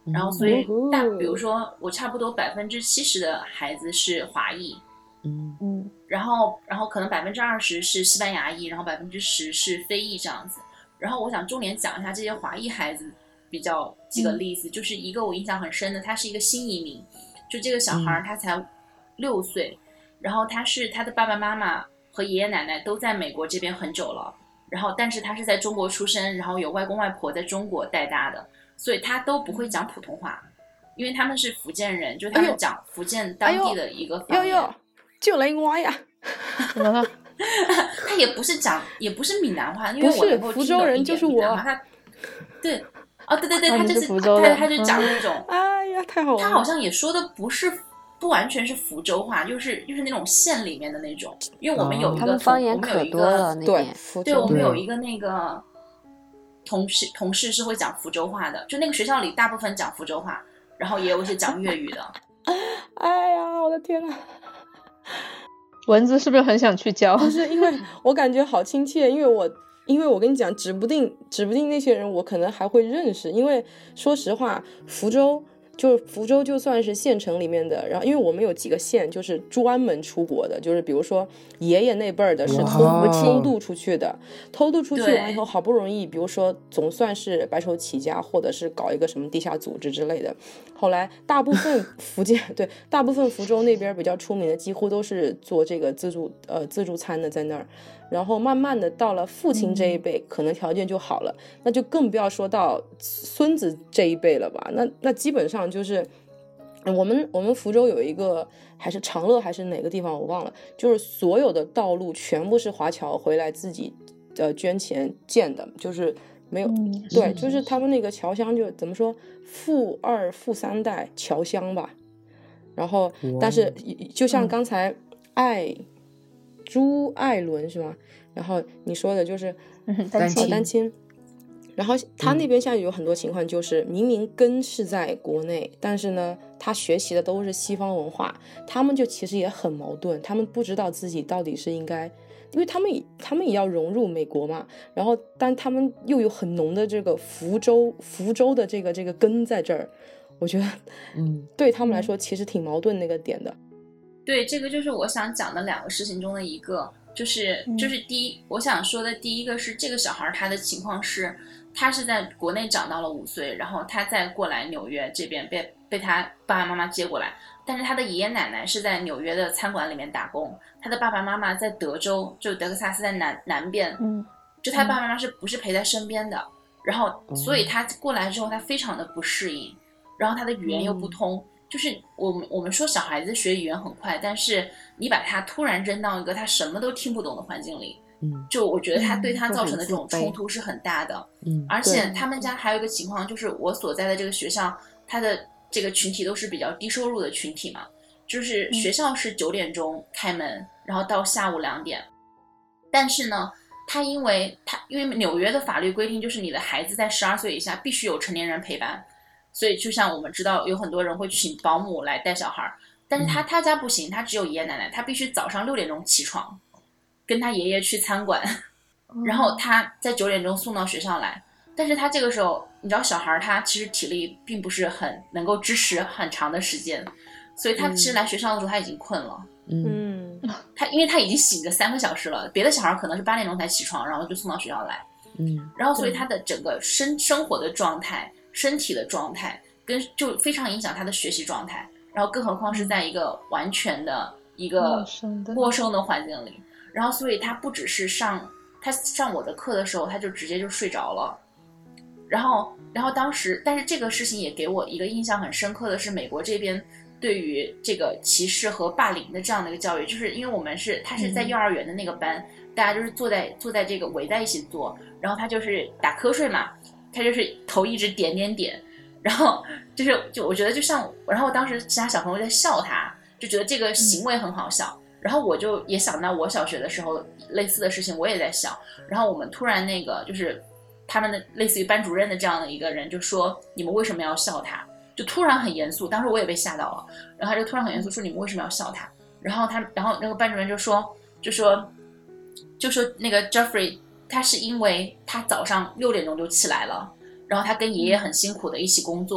然后所以大比如说我差不多百分之七十的孩子是华裔， 嗯嗯， 然后然后可能百分之二十是西班牙裔，然后百分之十是非裔这样子。然后我想重点讲一下这些华裔孩子比较几个例子，嗯、就是一个我印象很深的，他是一个新移民，就这个小孩他才六岁，嗯、然后他是他的爸爸妈妈和爷爷奶奶都在美国这边很久了，然后但是他是在中国出生，然后有外公外婆在中国带大的，所以他都不会讲普通话，因为他们是福建人，就他们讲福建当地的一个方言。 哎呦，就雷娃呀！ 怎么了？ 他也不是讲，也不是闽南话，因为我能够福州人就是我。 他对，哦，对对对， 啊、 他就是福州的， 他他就讲那种， 哎呀，太好了。 他好像也说的不是不完全是福州话，就是就是那种县里面的那种，因为我们有一个、 哦、他们方言可多了， 那对， 对，我们有一个那个同事同事是会讲福州话的，就那个学校里大部分讲福州话，然后也有一些讲粤语的。 哎呀，我的天哪！ 蚊子是不是很想去教？ 不是，因为我感觉好亲切，因为我因为我跟你讲，指不定指不定那些人我可能还会认识，因为说实话，福州就是福州就算是县城里面的，然后因为我们有几个县就是专门出国的，就是比如说爷爷那辈儿的是偷偷渡出去的，偷渡出去完以后好不容易，比如说总算是白手起家，或者是搞一个什么地下组织之类的。后来大部分福建对大部分福州那边比较出名的几乎都是做这个自助呃自助餐的在那儿，然后慢慢的到了父亲这一辈、嗯、可能条件就好了，那就更不要说到孙子这一辈了吧，那那基本上就是我们我们福州有一个还是长乐还是哪个地方我忘了，就是所有的道路全部是华侨回来自己呃捐钱建的，就是没有、嗯、对，就是他们那个侨乡就怎么说富二富三代侨乡吧，然后但是就像刚才艾、嗯、朱艾伦是吗？然后你说的就是单亲、 哦、单亲，然后他那边现在有很多情况就是明明根是在国内、嗯、但是呢他学习的都是西方文化，他们就其实也很矛盾，他们不知道自己到底是应该，因为他们他们也要融入美国嘛，然后但他们又有很浓的这个福州福州的这个这个根在这儿，我觉得嗯，对他们来说其实挺矛盾那个点的。 对，这个就是我想讲的两个事情中的一个，就是就是第一、嗯、我想说的第一个是这个小孩他的情况是他是在国内长到了五岁，然后他再过来纽约这边被被他爸爸妈妈接过来，但是他的爷爷奶奶是在纽约的餐馆里面打工，他的爸爸妈妈在德州，就德克萨斯在南南边， 嗯， 就他爸爸妈妈是不是陪在身边的、嗯、然后所以他过来之后他非常的不适应，然后他的语言又不通、嗯，就是我们我们说小孩子学语言很快，但是你把他突然扔到一个他什么都听不懂的环境里， 嗯， 就我觉得他对他造成的这种冲突是很大的。 嗯， 而且他们家还有一个情况，就是我所在的这个学校，他的这个群体都是比较低收入的群体嘛，就是学校是九点钟开门，然后到下午两点，但是呢，他因为他因为纽约的法律规定，就是你的孩子在十二岁以下必须有成年人陪伴。所以就像我们知道有很多人会请保姆来带小孩，但是他他家不行，他只有爷爷奶奶，他必须早上六点钟起床跟他爷爷去餐馆，然后他在九点钟送到学校来，但是他这个时候你知道小孩他其实体力并不是很能够支持很长的时间，所以他其实来学校的时候他已经困了， 嗯， 他因为他已经醒着三个小时了，别的小孩可能是八点钟才起床，然后就送到学校来， 嗯， 然后所以他的整个生生活的状态身体的状态跟就非常影响他的学习状态，然后更何况是在一个完全的一个陌生的陌生的环境里，然后所以他不只是上他上我的课的时候他就直接就睡着了，然后然后当时但是这个事情也给我一个印象很深刻的是美国这边对于这个歧视和霸凌的这样的一个教育，就是因为我们是他是在幼儿园的那个班、嗯、大家就是坐在坐在这个围在一起坐，然后他就是打瞌睡嘛，他就是头一直点点点，然后就是就我觉得就像，然后我当时其他小朋友在笑他，就觉得这个行为很好笑、嗯、然后我就也想到我小学的时候类似的事情我也在笑，然后我们突然那个就是他们的类似于班主任的这样的一个人就说你们为什么要笑他，就突然很严肃，当时我也被吓到了，然后他就突然很严肃说你们为什么要笑他，然后他然后那个班主任就说就说就说那个 Jeffrey 他是因为他早上六点钟就起来了，然后他跟爷爷很辛苦的一起工作，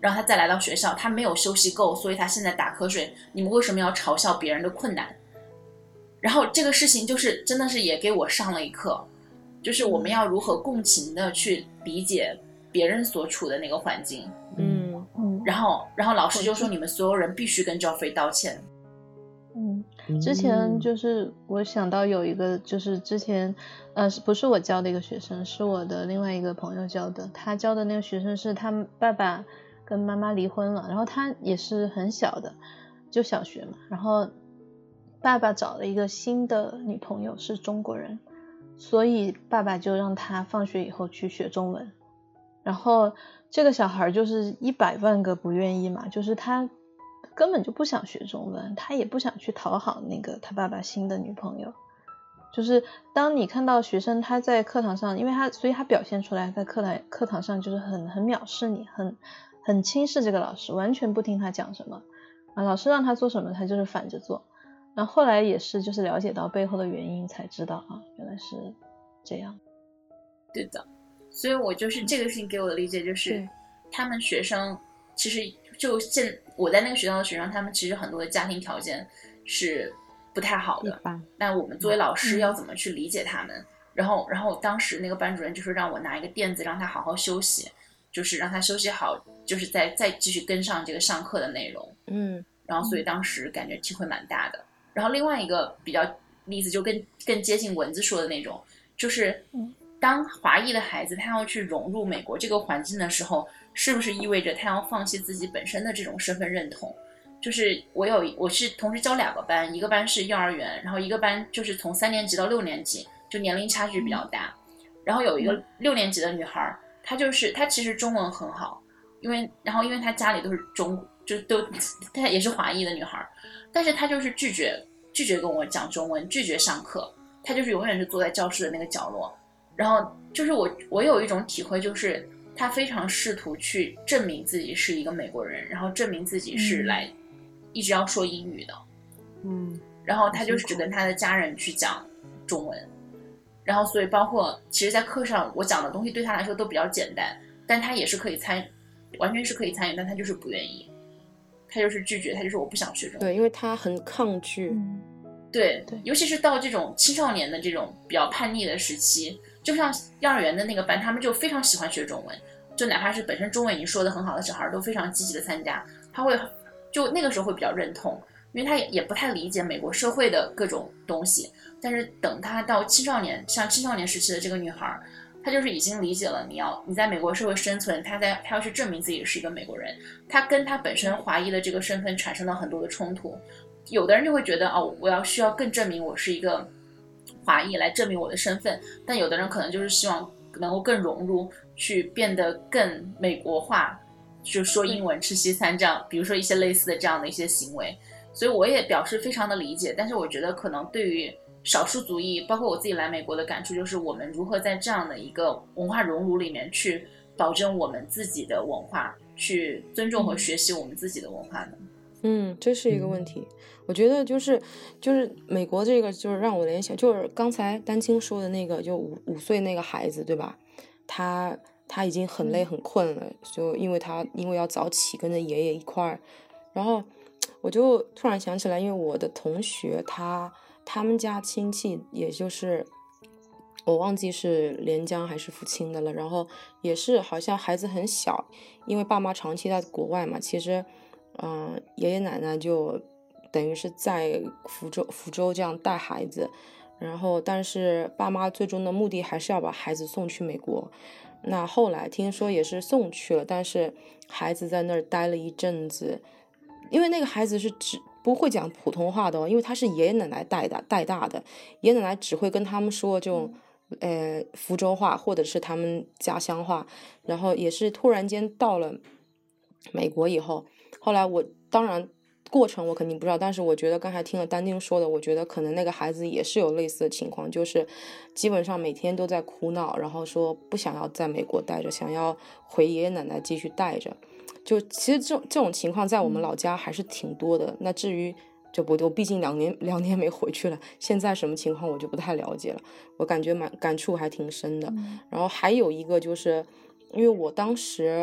然后他再来到学校，他没有休息够，所以他现在打瞌睡，你们为什么要嘲笑别人的困难？然后这个事情就是真的是也给我上了一课，就是我们要如何共情的去理解别人所处的那个环境。 嗯嗯， 然后然后老师就说你们所有人必须跟 Geoffrey 道歉。 嗯，之前就是我想到有一个，就是之前呃不是我教的一个学生，是我的另外一个朋友教的。他教的那个学生是他爸爸跟妈妈离婚了，然后他也是很小的，就小学嘛，然后爸爸找了一个新的女朋友是中国人，所以爸爸就让他放学以后去学中文。然后这个小孩就是一百万个不愿意嘛，就是他根本就不想学中文，他也不想去讨好那个他爸爸新的女朋友。就是当你看到学生他在课堂上，因为他所以他表现出来在课堂课堂上就是很很藐视你，很很轻视这个老师，完全不听他讲什么啊，老师让他做什么他就是反着做。然后后来也是就是了解到背后的原因才知道啊，原来是这样。 对的，所以我就是这个事情给我的理解就是，他们学生其实就现我在那个学校的学生，他们其实很多的家庭条件是不太好的。那我们作为老师要怎么去理解他们？嗯、然后，然后当时那个班主任就是让我拿一个垫子，让他好好休息，就是让他休息好，就是再再继续跟上这个上课的内容。 嗯， 然后所以当时感觉体会蛮大的。然后另外一个比较例子就更更接近文字说的那种，就是当华裔的孩子他要去融入美国这个环境的时候，是不是意味着他要放弃自己本身的这种身份认同？就是我有我是同时教两个班，一个班是幼儿园，然后一个班就是从三年级到六年级，就年龄差距比较大。然后有一个六年级的女孩，她就是她其实中文很好，因为然后因为她家里都是中就都她也是华裔的女孩，但是她就是拒绝拒绝跟我讲中文，拒绝上课，她就是永远是坐在教室的那个角落。然后就是我我有一种体会，就是她非常试图去证明自己是一个美国人，然后证明自己是来一直要说英语的， 嗯， 然后她就是只跟她的家人去讲中文，然后所以包括其实在课上我讲的东西对她来说都比较简单，但她也是可以参完全是可以参与，但她就是不愿意，她就是拒绝，她就是我不想学中文。 对，因为她很抗拒。 嗯， 对对，尤其是到这种青少年的这种比较叛逆的时期，就像幼儿园的那个班，他们就非常喜欢学中文，就哪怕是本身中文已经说得很好的小孩都非常积极的参加，他会就那个时候会比较认同，因为他也也不太理解美国社会的各种东西。但是等他到青少年，像青少年时期的这个女孩，她就是已经理解了你要你在美国社会生存，她在她要去证明自己是一个美国人，她跟她本身华裔的这个身份产生了很多的冲突。有的人就会觉得哦，我要需要更证明我是一个华裔来证明我的身份，但有的人可能就是希望能够更融入，去变得更美国化，就说英文吃西餐这样，比如说一些类似的这样的一些行为。所以我也表示非常的理解，但是我觉得可能对于少数族裔，包括我自己来美国的感触，就是我们如何在这样的一个文化熔炉里面去保证我们自己的文化，去尊重和学习我们自己的文化呢？ 嗯，这是一个问题。我觉得就是就是美国这个就是让我联想，就是刚才丹青说的那个，就五五岁那个孩子，对吧？他他已经很累很困了，就因为他因为要早起跟着爷爷一块儿，然后我就突然想起来，因为我的同学他他们家亲戚也就是我忘记是连江还是福清的了，然后也是好像孩子很小，因为爸妈长期在国外嘛，其实嗯、呃，爷爷奶奶就等于是在福州福州这样带孩子，然后但是爸妈最终的目的还是要把孩子送去美国。那后来听说也是送去了，但是孩子在那儿待了一阵子，因为那个孩子是只不会讲普通话的哦，因为他是爷爷奶奶带大带大的，爷爷奶奶只会跟他们说这种呃福州话或者是他们家乡话，然后也是突然间到了美国以后，后来我当然过程我肯定不知道，但是我觉得刚才听了丹丁说的，我觉得可能那个孩子也是有类似的情况，就是基本上每天都在哭闹，然后说不想要在美国待着，想要回爷爷奶奶继续带着。就其实这种这种情况在我们老家还是挺多的。那至于就不多，毕竟两年两年没回去了，现在什么情况我就不太了解了。我感觉蛮感触还挺深的。然后还有一个就是，因为我当时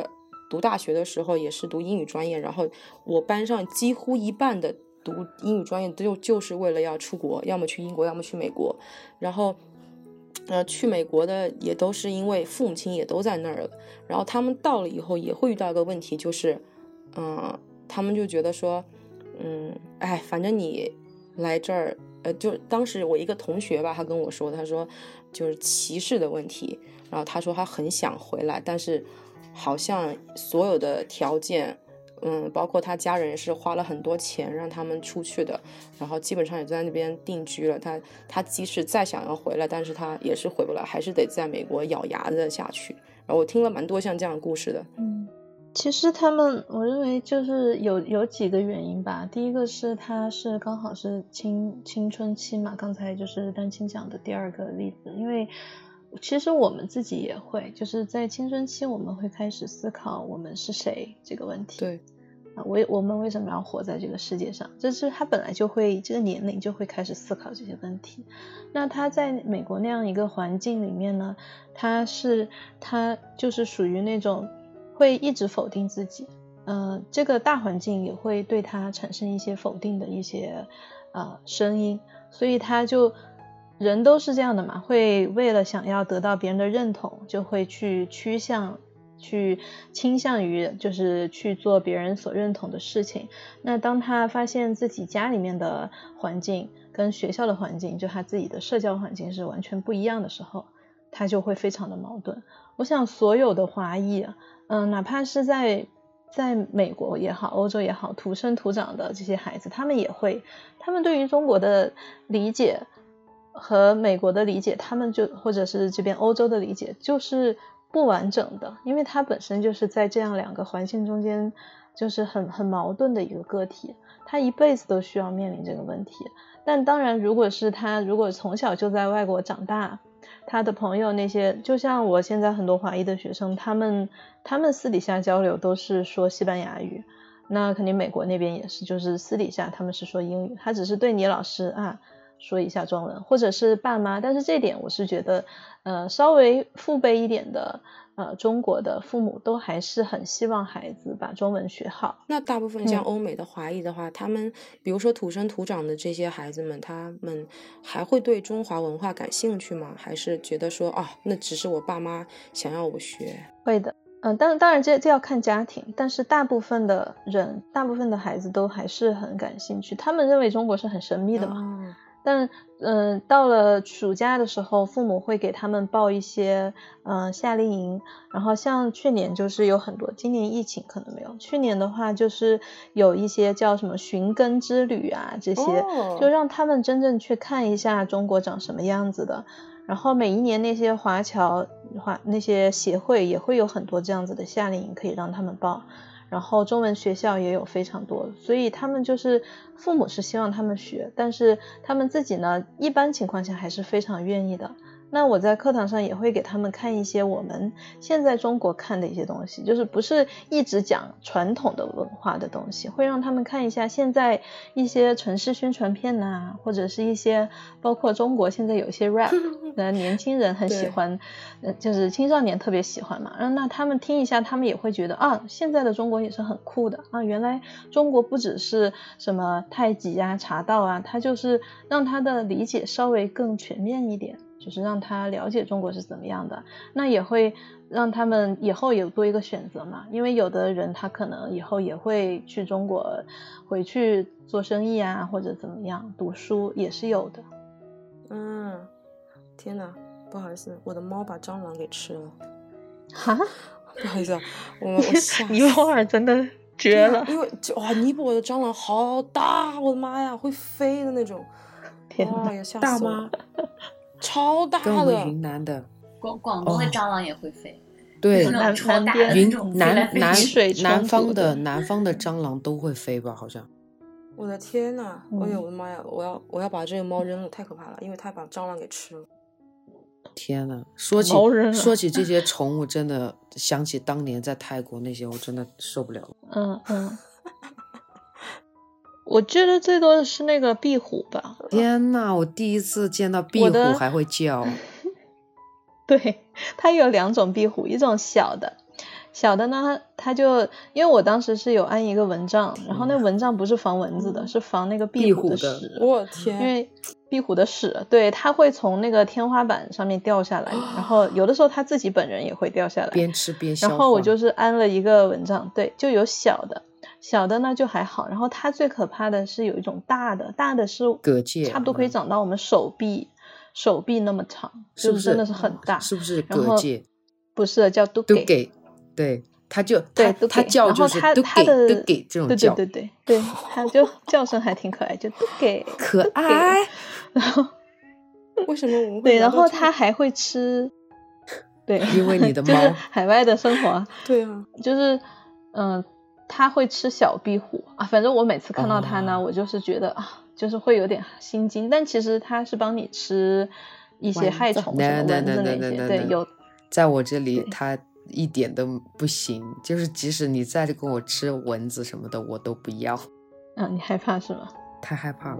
读大学的时候也是读英语专业，然后我班上几乎一半的读英语专业就就是为了要出国，要么去英国，要么去美国。然后呃，去美国的也都是因为父母亲也都在那儿了，然后他们到了以后也会遇到一个问题，就是嗯、呃，他们就觉得说嗯，哎，反正你来这儿呃，就当时我一个同学吧，他跟我说，他说就是歧视的问题，然后他说他很想回来，但是好像所有的条件嗯，包括他家人也是花了很多钱让他们出去的，然后基本上也在那边定居了。他他即使再想要回来，但是他也是回不来，还是得在美国咬牙的下去。然后我听了蛮多像这样的故事的。 嗯，其实他们我认为就是有有几个原因吧。第一个是他是刚好是青青春期嘛，刚才就是丹青讲的第二个例子，因为其实我们自己也会，就是在青春期我们会开始思考我们是谁这个问题。 对啊，为我们为什么要活在这个世界上？这是他本来就会这个年龄就会开始思考这些问题。那他在美国那样一个环境里面呢，他是他就是属于那种会一直否定自己，呃，这个大环境也会对他产生一些否定的一些呃声音，所以他就人都是这样的嘛，会为了想要得到别人的认同，就会去趋向。去倾向于就是去做别人所认同的事情。那当他发现自己家里面的环境跟学校的环境，就他自己的社交环境是完全不一样的时候，他就会非常的矛盾。我想所有的华裔嗯、呃，哪怕是在在美国也好，欧洲也好，土生土长的这些孩子，他们也会，他们对于中国的理解和美国的理解，他们就或者是这边欧洲的理解就是不完整的，因为他本身就是在这样两个环境中间就是很很矛盾的一个个体，他一辈子都需要面临这个问题。但当然如果是他如果从小就在外国长大，他的朋友那些就像我现在很多华裔的学生，他们他们私底下交流都是说西班牙语，那肯定美国那边也是，就是私底下他们是说英语，他只是对你老师啊说一下中文，或者是爸妈。但是这点我是觉得呃，稍微父辈一点的呃，中国的父母都还是很希望孩子把中文学好。 那大部分像欧美的华裔的话、嗯、他们比如说土生土长的这些孩子们，他们还会对中华文化感兴趣吗？还是觉得说啊，那只是我爸妈想要我学？ 会的嗯，当当然这这要看家庭，但是大部分的人大部分的孩子都还是很感兴趣，他们认为中国是很神秘的嘛、哦但嗯、呃，到了暑假的时候，父母会给他们报一些嗯、呃、夏令营，然后像去年就是有很多，今年疫情可能没有，去年的话就是有一些叫什么寻根之旅啊，这些、哦、就让他们真正去看一下中国长什么样子的。然后每一年那些华侨华那些协会也会有很多这样子的夏令营可以让他们报。然后中文学校也有非常多，所以他们就是父母是希望他们学，但是他们自己呢一般情况下还是非常愿意的。那我在课堂上也会给他们看一些我们现在中国看的一些东西，就是不是一直讲传统的文化的东西，会让他们看一下现在一些城市宣传片呐、啊，或者是一些包括中国现在有一些 rap 呃，年轻人很喜欢呃，就是青少年特别喜欢嘛，那他们听一下，他们也会觉得啊，现在的中国也是很酷的啊，原来中国不只是什么太极啊茶道啊，它就是让他的理解稍微更全面一点，就是让他了解中国是怎么样的，那也会让他们以后有多一个选择嘛，因为有的人他可能以后也会去中国回去做生意啊，或者怎么样读书也是有的。 嗯，天哪，不好意思，我的猫把蟑螂给吃了。 哈？ 不好意思、啊，我我吓死。 尼泊尔真的绝了， 因为哇，尼泊尔的蟑螂好大，我的妈呀，会飞的那种。 天哪， 哇，吓死我了！超大的， 跟我们云南的广广东的蟑螂也会飞， 哦、对， 南超大的云南南水南方的南方的蟑螂都会飞吧？好像。 我的天呐！哎呦，我的妈呀！我要我要把这个猫扔了，太可怕了，因为它把蟑螂给吃了。 天呐，说起说起这些宠物，真的想起当年在泰国那些，我真的受不了。 嗯嗯。我觉得最多的是那个壁虎吧。 天哪，我第一次见到壁虎还会叫。 对，它有两种壁虎，一种小的小的呢，它就因为我当时是有安一个蚊帐，然后那蚊帐不是防蚊子的，是防那个壁虎的屎。 我天！ 因为壁虎的屎，对，它会从那个天花板上面掉下来，然后有的时候它自己本人也会掉下来， 边吃边消化。 然后我就是安了一个蚊帐，对，就有小的，小的呢就还好，然后它最可怕的是有一种大的，大的是蛤蚧， 差不多可以长到我们手臂、嗯、手臂那么长， 是不是就真的是很大？ 是不是蛤蚧？ 不是，叫嘟给。 嘟给，对。它就对， 它叫就是嘟给嘟给这种叫， 对对对对对，它就叫声还挺可爱，就嘟给可爱。 然后为什么我们会对，然后它还会吃，对， 因为你的猫、 就是海外的生活， 对啊， 就是嗯、呃，它会吃小壁虎啊。反正我每次看到它呢， 哦、 我就是觉得啊，就是会有点心惊，但其实它是帮你吃一些害虫，什么蚊子那些，对，有。 在我这里它。一点都不行，就是即使你再跟我吃蚊子什么的我都不要。 啊，你害怕是吗？ 太害怕了。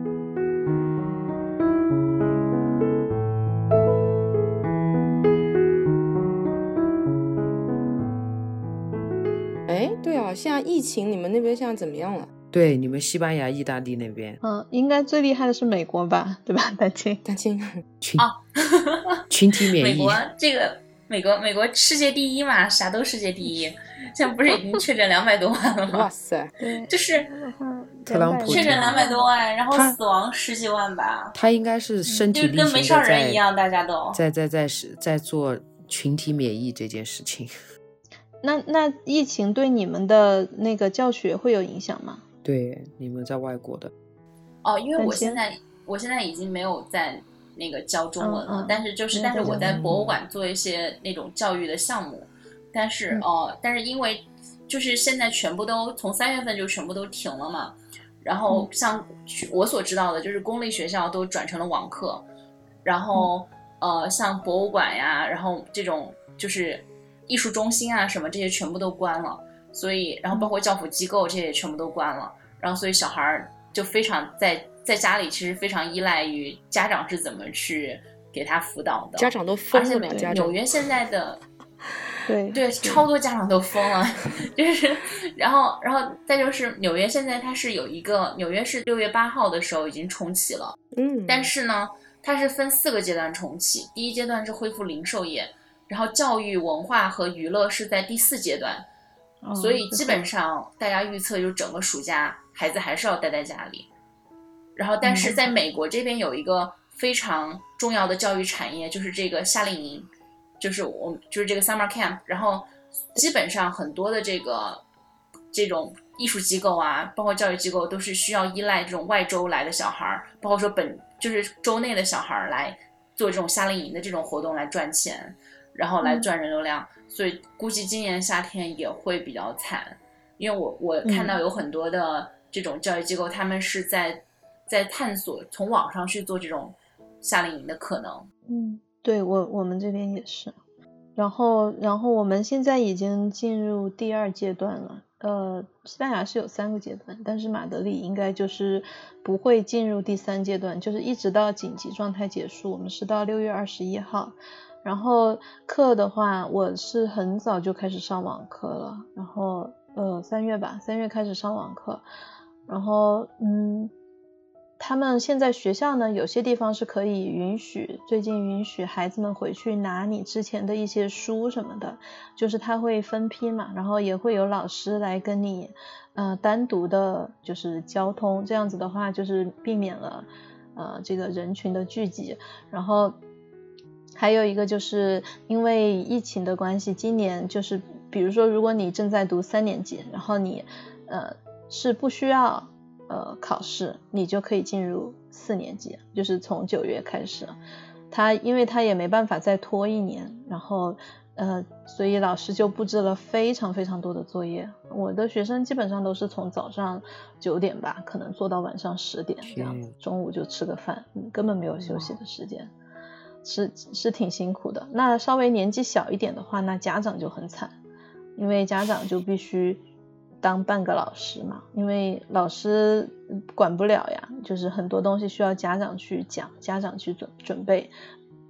哎，对啊，现在疫情你们那边现在怎么样了？ 对，你们西班牙、意大利那边， 嗯，应该最厉害的是美国吧，对吧？丹青， 丹青， 群啊， 群体免疫。 美国这个。美国，美国世界第一嘛，啥都世界第一。现在不是已经确诊两百多万了吗？ 哇塞， 就是特朗普确诊两百多万，然后死亡十几万吧。 他应该是身体力行的在， 就跟没上人一样，大家都在在在在做群体免疫这件事情。 那那疫情对你们的那个教学会有影响吗？ 对，你们在外国的。 哦，因为我现在我现在已经没有在。那个教中文了， 嗯嗯、 但是就是但是我在博物馆做一些那种教育的项目，但是、嗯、呃，但是因为就是现在全部都从三月份就全部都停了嘛，然后像我所知道的，就是公立学校都转成了网课，然后、嗯、呃，像博物馆呀，然后这种就是艺术中心啊什么这些全部都关了，所以然后包括教辅机构这些也全部都关了，然后所以小孩就非常在。在家里其实非常依赖于家长是怎么去给他辅导的， 家长都疯了， 而且纽约现在的对对超多家长都疯了，就是然后然后再就是纽约现在它是有一个纽约是六月八号的时候已经重启了， 嗯， 但是呢它是分四个阶段重启，第一阶段是恢复零售业，然后教育文化和娱乐是在第四阶段， 哦、 所以基本上大家预测就整个暑假孩子还是要待在家里。然后，但是在美国这边有一个非常重要的教育产业，就是这个夏令营，就是我们就是这个 summer camp。然后，基本上很多的这个这种艺术机构啊，包括教育机构，都是需要依赖这种外州来的小孩，包括说本就是州内的小孩来做这种夏令营的这种活动来赚钱，然后来赚人流量。嗯、所以估计今年夏天也会比较惨，因为我我看到有很多的这种教育机构，他们是在。在探索从网上去做这种夏令营的可能。 嗯，对，我我们这边也是。然后然后我们现在已经进入第二阶段了。呃，西班牙是有三个阶段，但是马德里应该就是不会进入第三阶段，就是一直到紧急状态结束。我们是到六月二十一号。然后课的话，我是很早就开始上网课了。然后呃三月吧，三月开始上网课。然后嗯。他们现在学校呢，有些地方是可以允许，最近允许孩子们回去拿你之前的一些书什么的，就是他会分批嘛，然后也会有老师来跟你呃单独的就是交通，这样子的话就是避免了呃这个人群的聚集。然后还有一个就是因为疫情的关系，今年就是比如说如果你正在读三年级，然后你呃是不需要呃，考试你就可以进入四年级，就是从九月开始，他因为他也没办法再拖一年，然后呃，所以老师就布置了非常非常多的作业。我的学生基本上都是从早上九点吧，可能做到晚上十点这样子，中午就吃个饭，嗯，根本没有休息的时间，是是挺辛苦的。那稍微年纪小一点的话，那家长就很惨，因为家长就必须当半个老师嘛，因为老师管不了呀，就是很多东西需要家长去讲，家长去准准备。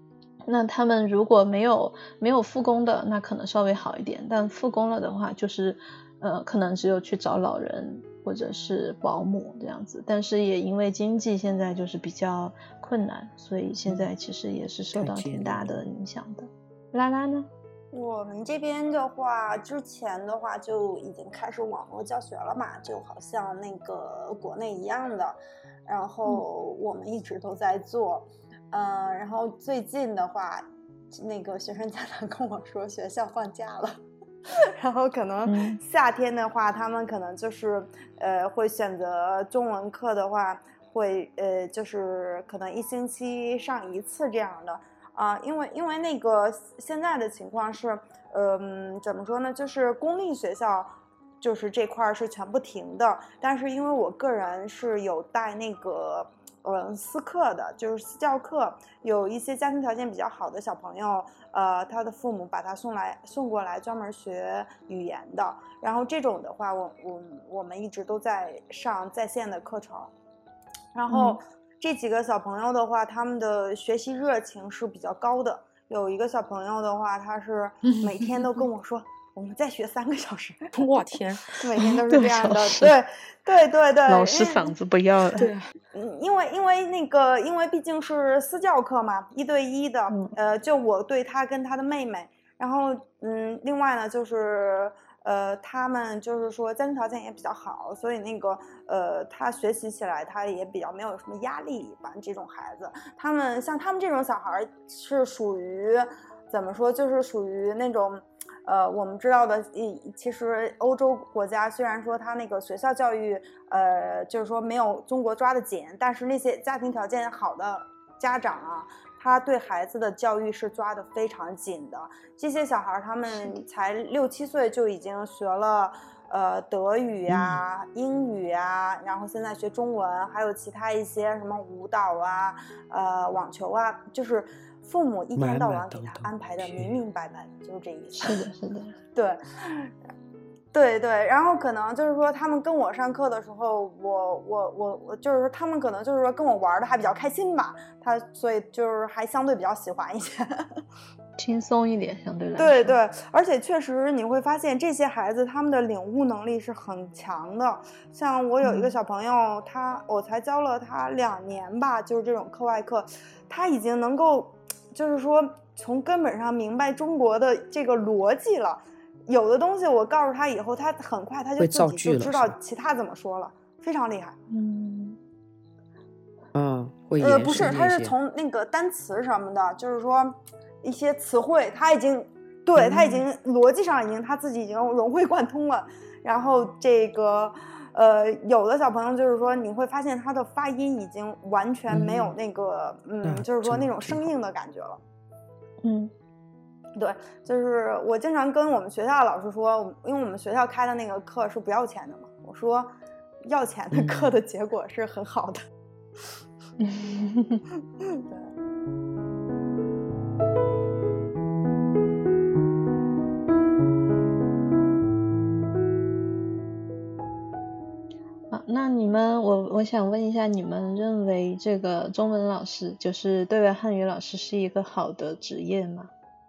那他们如果没有没有复工的，那可能稍微好一点，但复工了的话，就是呃，可能只有去找老人或者是保姆这样子。但是也因为经济现在就是比较困难，所以现在其实也是受到挺大的影响的。拉拉呢？ 我们这边的话，之前的话就已经开始网络教学了嘛，就好像那个国内一样的，然后我们一直都在做。嗯、呃，然后最近的话，那个学生家长跟我说学校放假了，然后可能夏天的话，他们可能就是呃会选择中文课的话，会呃就是可能一星期上一次这样的啊、呃，因为因为那个现在的情况是，嗯、呃，怎么说呢，就是公立学校。就是这块是全部停的，但是因为我个人是有带那个呃私课的，就是私教课，有一些家庭条件比较好的小朋友，呃，他的父母把他送来送过来专门学语言的，然后这种的话，我我我们一直都在上在线的课程，然后、嗯、这几个小朋友的话，他们的学习热情是比较高的，有一个小朋友的话，他是每天都跟我说。我们再学三个小时， 我天， 每天都是这样的，对，对对对， 老师嗓子不要了， 对啊， 因为因为那个，因为毕竟是私教课嘛，一对一的，嗯、呃，就我对他跟他的妹妹，然后嗯，另外呢就是呃，他们就是说家庭条件也比较好，所以那个呃，他学习起来他也比较没有什么压力，一般这种孩子，他们像他们这种小孩是属于怎么说，就是属于那种。呃，我们知道的，其实欧洲国家虽然说他那个学校教育，呃，就是说没有中国抓得紧，但是那些家庭条件好的家长啊，他对孩子的教育是抓得非常紧的。这些小孩他们才六七岁就已经学了，呃，德语啊、嗯、英语啊，然后现在学中文，还有其他一些什么舞蹈啊、呃，网球啊，就是。父母一天到晚给他安排的明明白白的，就是这意思。 是的，是的， 对，对对。然后可能就是说，他们跟我上课的时候，我我我我就是说，他们可能就是说跟我玩的还比较开心吧，他所以就是还相对比较喜欢一些， 轻松一点，相对来说。 对对，而且确实你会发现这些孩子他们的领悟能力是很强的。像我有一个小朋友，嗯、他我才教了他两年吧，就是这种课外课，他已经能够。就是说，从根本上明白中国的这个逻辑了。有的东西我告诉他以后，他很快他就自己就知道其他怎么说了，非常厉害。 嗯， 嗯，会呃，不是，他是从那个单词什么的，就是说一些词汇，他已经对、嗯、他已经逻辑上已经他自己已经融会贯通了。然后这个。呃，有的小朋友就是说，你会发现他的发音已经完全没有那个，嗯，嗯就是说那种生硬的感觉了。 嗯， 对，就是我经常跟我们学校的老师说，因为我们学校开的那个课是不要钱的嘛，我说要钱的课的结果是很好的。嗯、对。 那你们，我我想问一下，你们认为这个中文老师，就是对外汉语老师，是一个好的职业吗？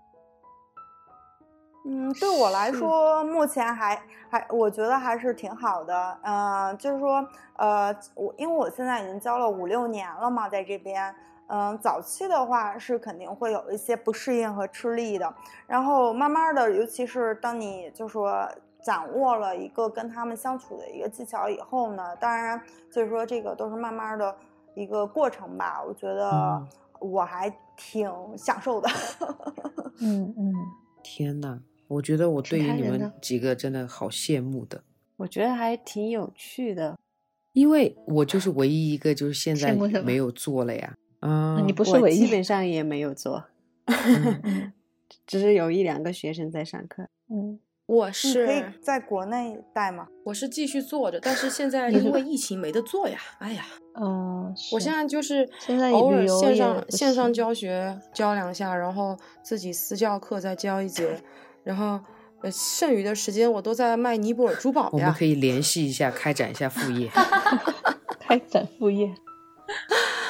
嗯，对我来说，目前还还，我觉得还是挺好的。嗯、呃，就是说，呃，我因为我现在已经教了五六年了嘛，在这边，嗯、呃，早期的话是肯定会有一些不适应和吃力的，然后慢慢的，尤其是当你就说。掌握了一个跟他们相处的一个技巧以后呢，当然就是说这个都是慢慢的一个过程吧，我觉得我还挺享受的。 嗯嗯， 天哪，我觉得我对于你们几个真的好羡慕的。 我觉得还挺有趣的， 因为我就是唯一一个就是现在没有做了呀。 啊、嗯，你不是唯一， 基本上也没有做， 嗯、 只是有一两个学生在上课。 嗯。 我是你可以在国内带吗？ 我是继续做着，但是现在因为疫情没得做呀。哎呀， 嗯， 我现在就是现在偶尔线上线上教学教两下，然后自己私教课再教一节，然后呃剩余的时间我都在卖尼泊尔珠宝呀。 我们可以联系一下，开展一下副业。 开展副业。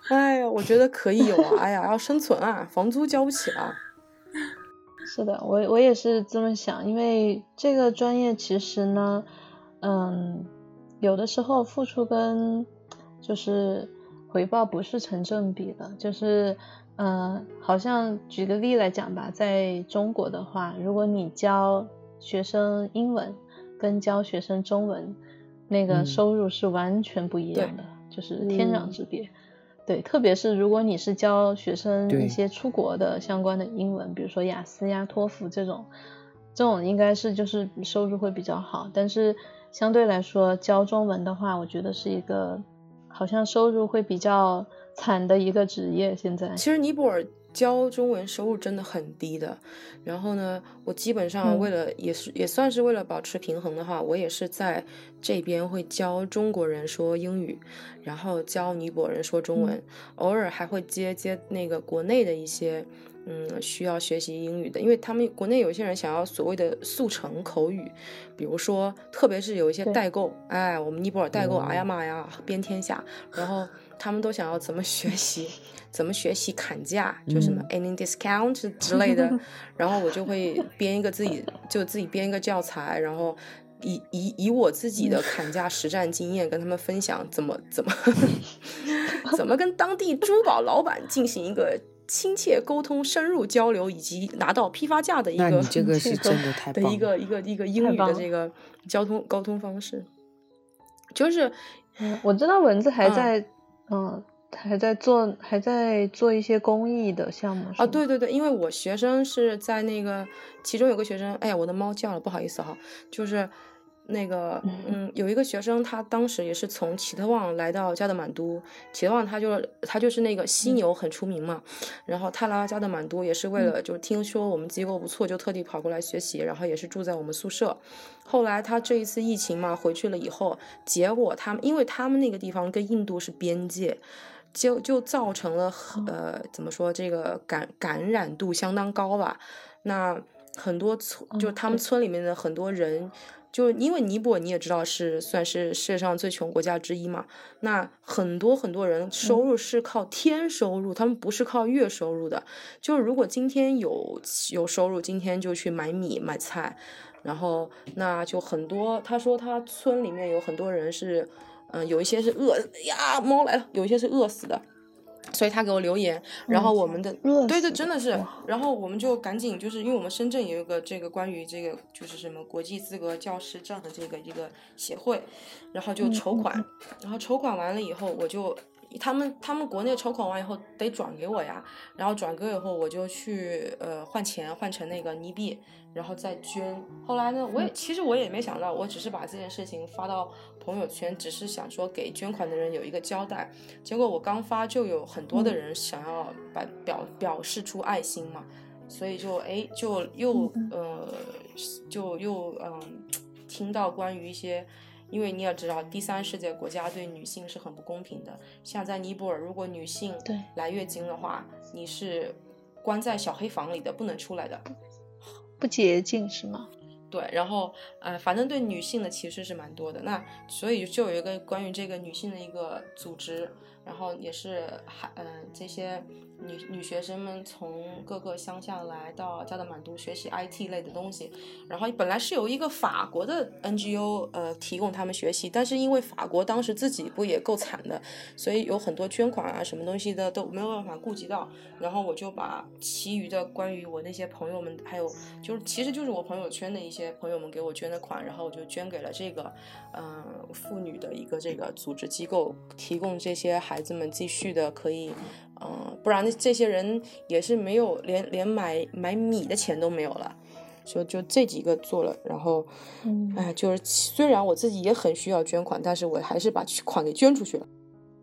哎呀，我觉得可以有啊，哎呀，要生存啊，房租交不起啊。 是的，我我也是这么想，因为这个专业其实呢，嗯，有的时候付出跟就是回报不是成正比的，就是嗯、呃，好像举个例来讲吧，在中国的话，如果你教学生英文跟教学生中文，那个收入是完全不一样的，嗯、就是天壤之别。嗯对，特别是如果你是教学生一些出国的相关的英文，比如说雅思呀、托福这种，这种应该是就是收入会比较好。但是相对来说，教中文的话，我觉得是一个好像收入会比较惨的一个职业。现在其实尼泊尔教中文收入真的很低的，然后呢，我基本上为了、嗯、也是也算是为了保持平衡的话，我也是在这边会教中国人说英语，然后教尼泊尔人说中文、嗯、偶尔还会接接那个国内的一些嗯需要学习英语的，因为他们国内有些人想要所谓的速成口语，比如说特别是有一些代购，哎，我们尼泊尔代购、嗯、哎呀妈呀遍天下，然后他们都想要怎么学习怎么学习砍价，就什么 any discount 之类的、嗯、然后我就会编一个自己就自己编一个教材，然后以以以我自己的砍价实战经验跟他们分享怎么怎么怎么跟当地珠宝老板进行一个亲切沟通、深入交流，以及拿到批发价的一个， 那你这个是真的太棒了的一个一个一个英语的这个交通沟通方式，就是， 嗯，我知道蚊子还在，嗯。嗯还在做还在做一些公益的项目啊，对对对，因为我学生是在那个，其中有个学生，哎呀，我的猫叫了，不好意思哈，就是那个，嗯，有一个学生，他当时也是从奇特旺来到加德满都，奇特旺他就他就是那个犀牛很出名嘛，嗯、然后他来到加德满都也是为了，就听说我们机构不错，就特地跑过来学习，然后也是住在我们宿舍。后来他这一次疫情嘛，回去了以后，结果他们因为他们那个地方跟印度是边界。就就造成了呃怎么说这个感感染度相当高吧，那很多村就他们村里面的很多人，就因为尼泊尔你也知道是算是世界上最穷国家之一嘛，那很多很多人收入是靠天收入，他们不是靠月收入的，就如果今天有有收入，今天就去买米买菜，然后那就很多他说他村里面有很多人是嗯，有一些是饿呀，猫来了，有一些是饿死的，所以他给我留言，然后我们的、嗯、对对真的是，然后我们就赶紧就是因为我们深圳也有个这个关于这个就是什么国际资格教师证的这个一个协会，然后就筹款，嗯、然后筹款完了以后我就。他们他们国内筹款完以后得转给我呀，然后转给我以后我就去呃换钱换成那个尼币，然后再捐。后来呢，我也其实我也没想到，我只是把这件事情发到朋友圈，只是想说给捐款的人有一个交代。结果我刚发就有很多的人想要把表表示出爱心嘛，所以就哎就又呃就又嗯、呃、听到关于一些。因为你也知道第三世界国家对女性是很不公平的，像在尼泊尔如果女性来月经的话，你是关在小黑房里的，不能出来的， 不洁净是吗？ 对，然后呃反正对女性的歧视是蛮多的，那所以就有一个关于这个女性的一个组织，然后也是还嗯、呃、这些女女学生们从各个乡下来到加德满都学习 I T 类的东西，然后本来是有一个法国的 N G O 呃提供他们学习，但是因为法国当时自己不也够惨的，所以有很多捐款啊什么东西的都没有办法顾及到，然后我就把其余的关于我那些朋友们还有就是其实就是我朋友圈的一些朋友们给我捐的款，然后我就捐给了这个嗯、呃、妇女的一个这个组织机构，提供这些孩子们继续的可以嗯、呃、不然这些人也是没有连连买买米的钱都没有了，就就这几个做了，然后嗯哎就是虽然我自己也很需要捐款，但是我还是把款给捐出去了。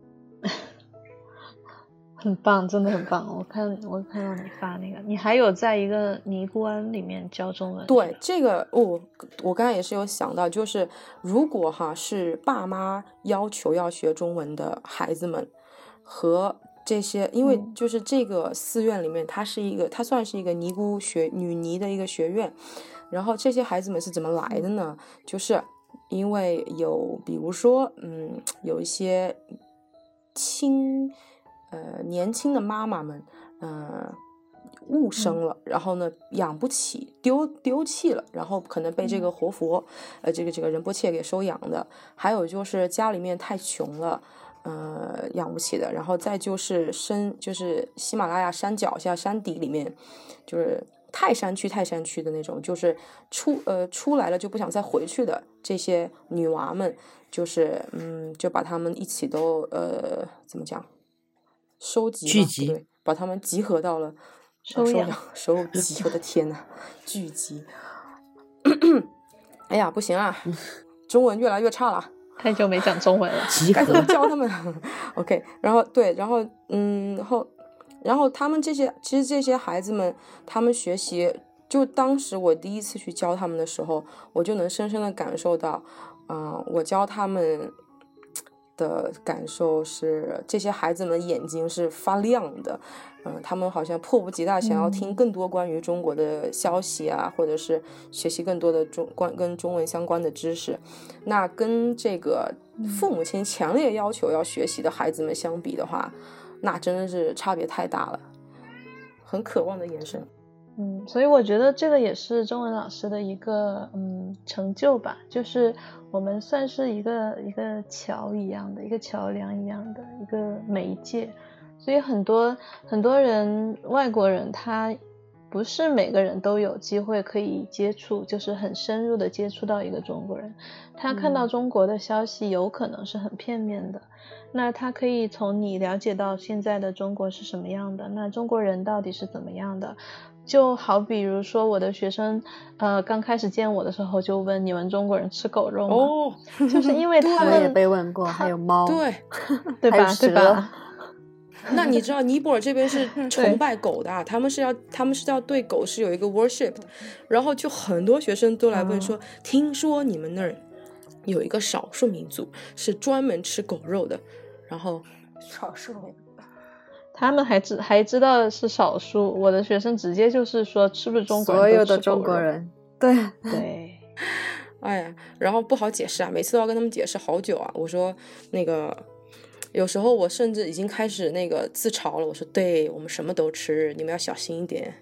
很棒，真的很棒。我看我看到你发那个，你还有在一个尼姑庵里面教中文。 对，这个哦，我刚才也是有想到，就是如果哈是爸妈要求要学中文的孩子们和这些，因为就是这个寺院里面，它是一个，它算是一个尼姑学女尼的一个学院，然后这些孩子们是怎么来的呢？就是因为有，比如说，嗯，有一些亲。 呃年轻的妈妈们，呃误生了，然后呢养不起，丢丢弃了，然后可能被这个活佛，呃这个这个仁波切给收养的，还有就是家里面太穷了。呃，养不起的，然后再就是深，就是喜马拉雅山脚下山底里面，就是太山区、太山区的那种，就是出呃出来了就不想再回去的这些女娃们，就是嗯，就把她们一起都呃怎么讲，收集聚集， 对，把她们集合到了收养收养收集，我的天呐，聚集，哎呀，不行啊，中文越来越差了。 太久没讲中文了， 该怎么教他们？OK， 然后对，然后嗯，然后然后他们这些，其实这些孩子们，他们学习，就当时我第一次去教他们的时候，我就能深深的感受到，嗯、呃，我教他们的感受是，这些孩子们的眼睛是发亮的。嗯，他们好像迫不及待想要听更多关于中国的消息啊，嗯、或者是学习更多的中关跟中文相关的知识。那跟这个父母亲强烈要求要学习的孩子们相比的话，那真的是差别太大了，很渴望的延伸。 嗯，所以我觉得这个也是中文老师的一个嗯成就吧，就是我们算是一个一个桥一样的，一个桥梁一样的一个媒介。所以很多很多人，外国人他不是每个人都有机会可以接触，就是很深入的接触到一个中国人。他看到中国的消息有可能是很片面的，嗯、那他可以从你了解到现在的中国是什么样的，那中国人到底是怎么样的。就好比如说我的学生呃刚开始见我的时候就问，你们中国人吃狗肉吗？ 哦， 就是因为他们我也被问过，还有猫， 对对吧对吧？ 那你知道尼泊尔这边是崇拜狗的、啊，他们是要他们是要对狗是有一个 worship 的，然后就很多学生都来问说，嗯、听说你们那儿有一个少数民族是专门吃狗肉的，然后少数民族， 他们还知还知道是少数，我的学生直接就是说是不是中国人， 所有的中国人，对对， 哎呀，然后不好解释啊，每次都要跟他们解释好久啊，我说那个。有时候我甚至已经开始那个自嘲了，我说对，我们什么都吃，你们要小心一点。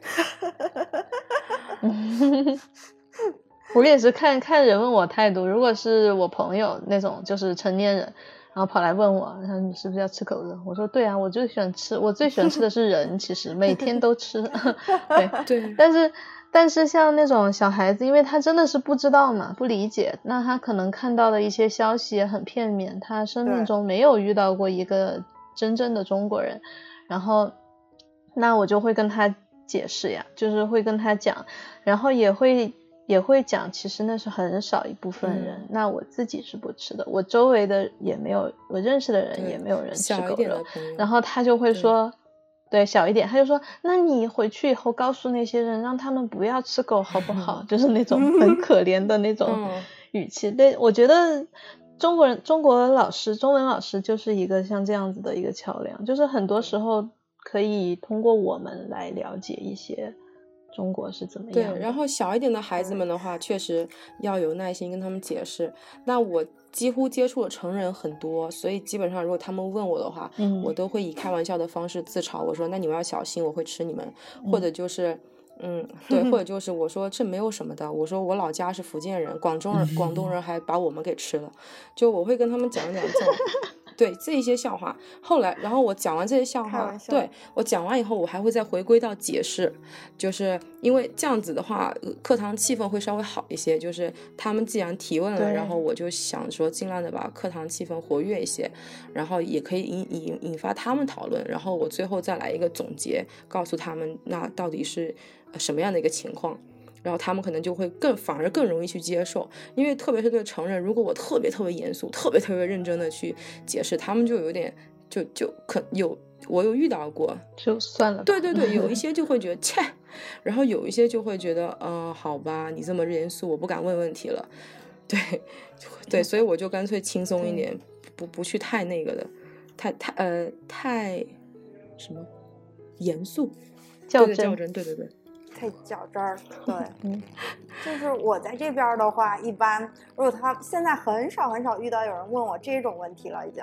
我也是看看人问我态度，如果是我朋友那种就是成年人，然后跑来问我，然后你是不是要吃狗肉？我说对啊，我最喜欢吃，我最喜欢吃的是人，其实每天都吃。对对， 但是但是像那种小孩子，因为他真的是不知道嘛，不理解，那他可能看到的一些消息也很片面，他生命中没有遇到过一个真正的中国人，然后那我就会跟他解释呀，就是会跟他讲，然后也会也会讲，其实那是很少一部分人、嗯、那我自己是不吃的，我周围的也没有，我认识的人也没有人吃狗肉，然后他就会说对，小一点，他就说那你回去以后告诉那些人，让他们不要吃狗好不好？就是那种很可怜的那种语气、嗯、对，我觉得中国人中国老师中文老师就是一个像这样子的一个桥梁，就是很多时候可以通过我们来了解一些中国是怎么样的。 对，然后小一点的孩子们的话确实要有耐心跟他们解释，那我几乎接触的成人很多，所以基本上如果他们问我的话、嗯、我都会以开玩笑的方式自嘲，我说那你们要小心，我会吃你们、嗯、或者就是嗯，对，或者就是我说这没有什么的，我说我老家是福建人，广州人广东人还把我们给吃了，就我会跟他们讲讲这种对这一些笑话。后来然后我讲完这些笑话，对，我讲完以后我还会再回归到解释，就是因为这样子的话课堂气氛会稍微好一些，就是他们既然提问了，然后我就想说尽量的把课堂气氛活跃一些，然后也可以引引引发他们讨论，然后我最后再来一个总结，告诉他们那到底是什么样的一个情况，然后他们可能就会更反而更容易去接受，因为特别是对成人，如果我特别特别严肃特别特别认真的去解释，他们就有点就就可有我有遇到过就算了吧， 对对对，有一些就会觉得切，然后有一些就会觉得呃好吧，你这么严肃我不敢问问题了，对对，所以我就干脆轻松一点，不不去太那个的太太呃太什么严肃较真， 较真，对对对， 太较真儿，对，嗯，就是我在这边的话，一般如果他现在很少很少遇到有人问我这种问题了，已经，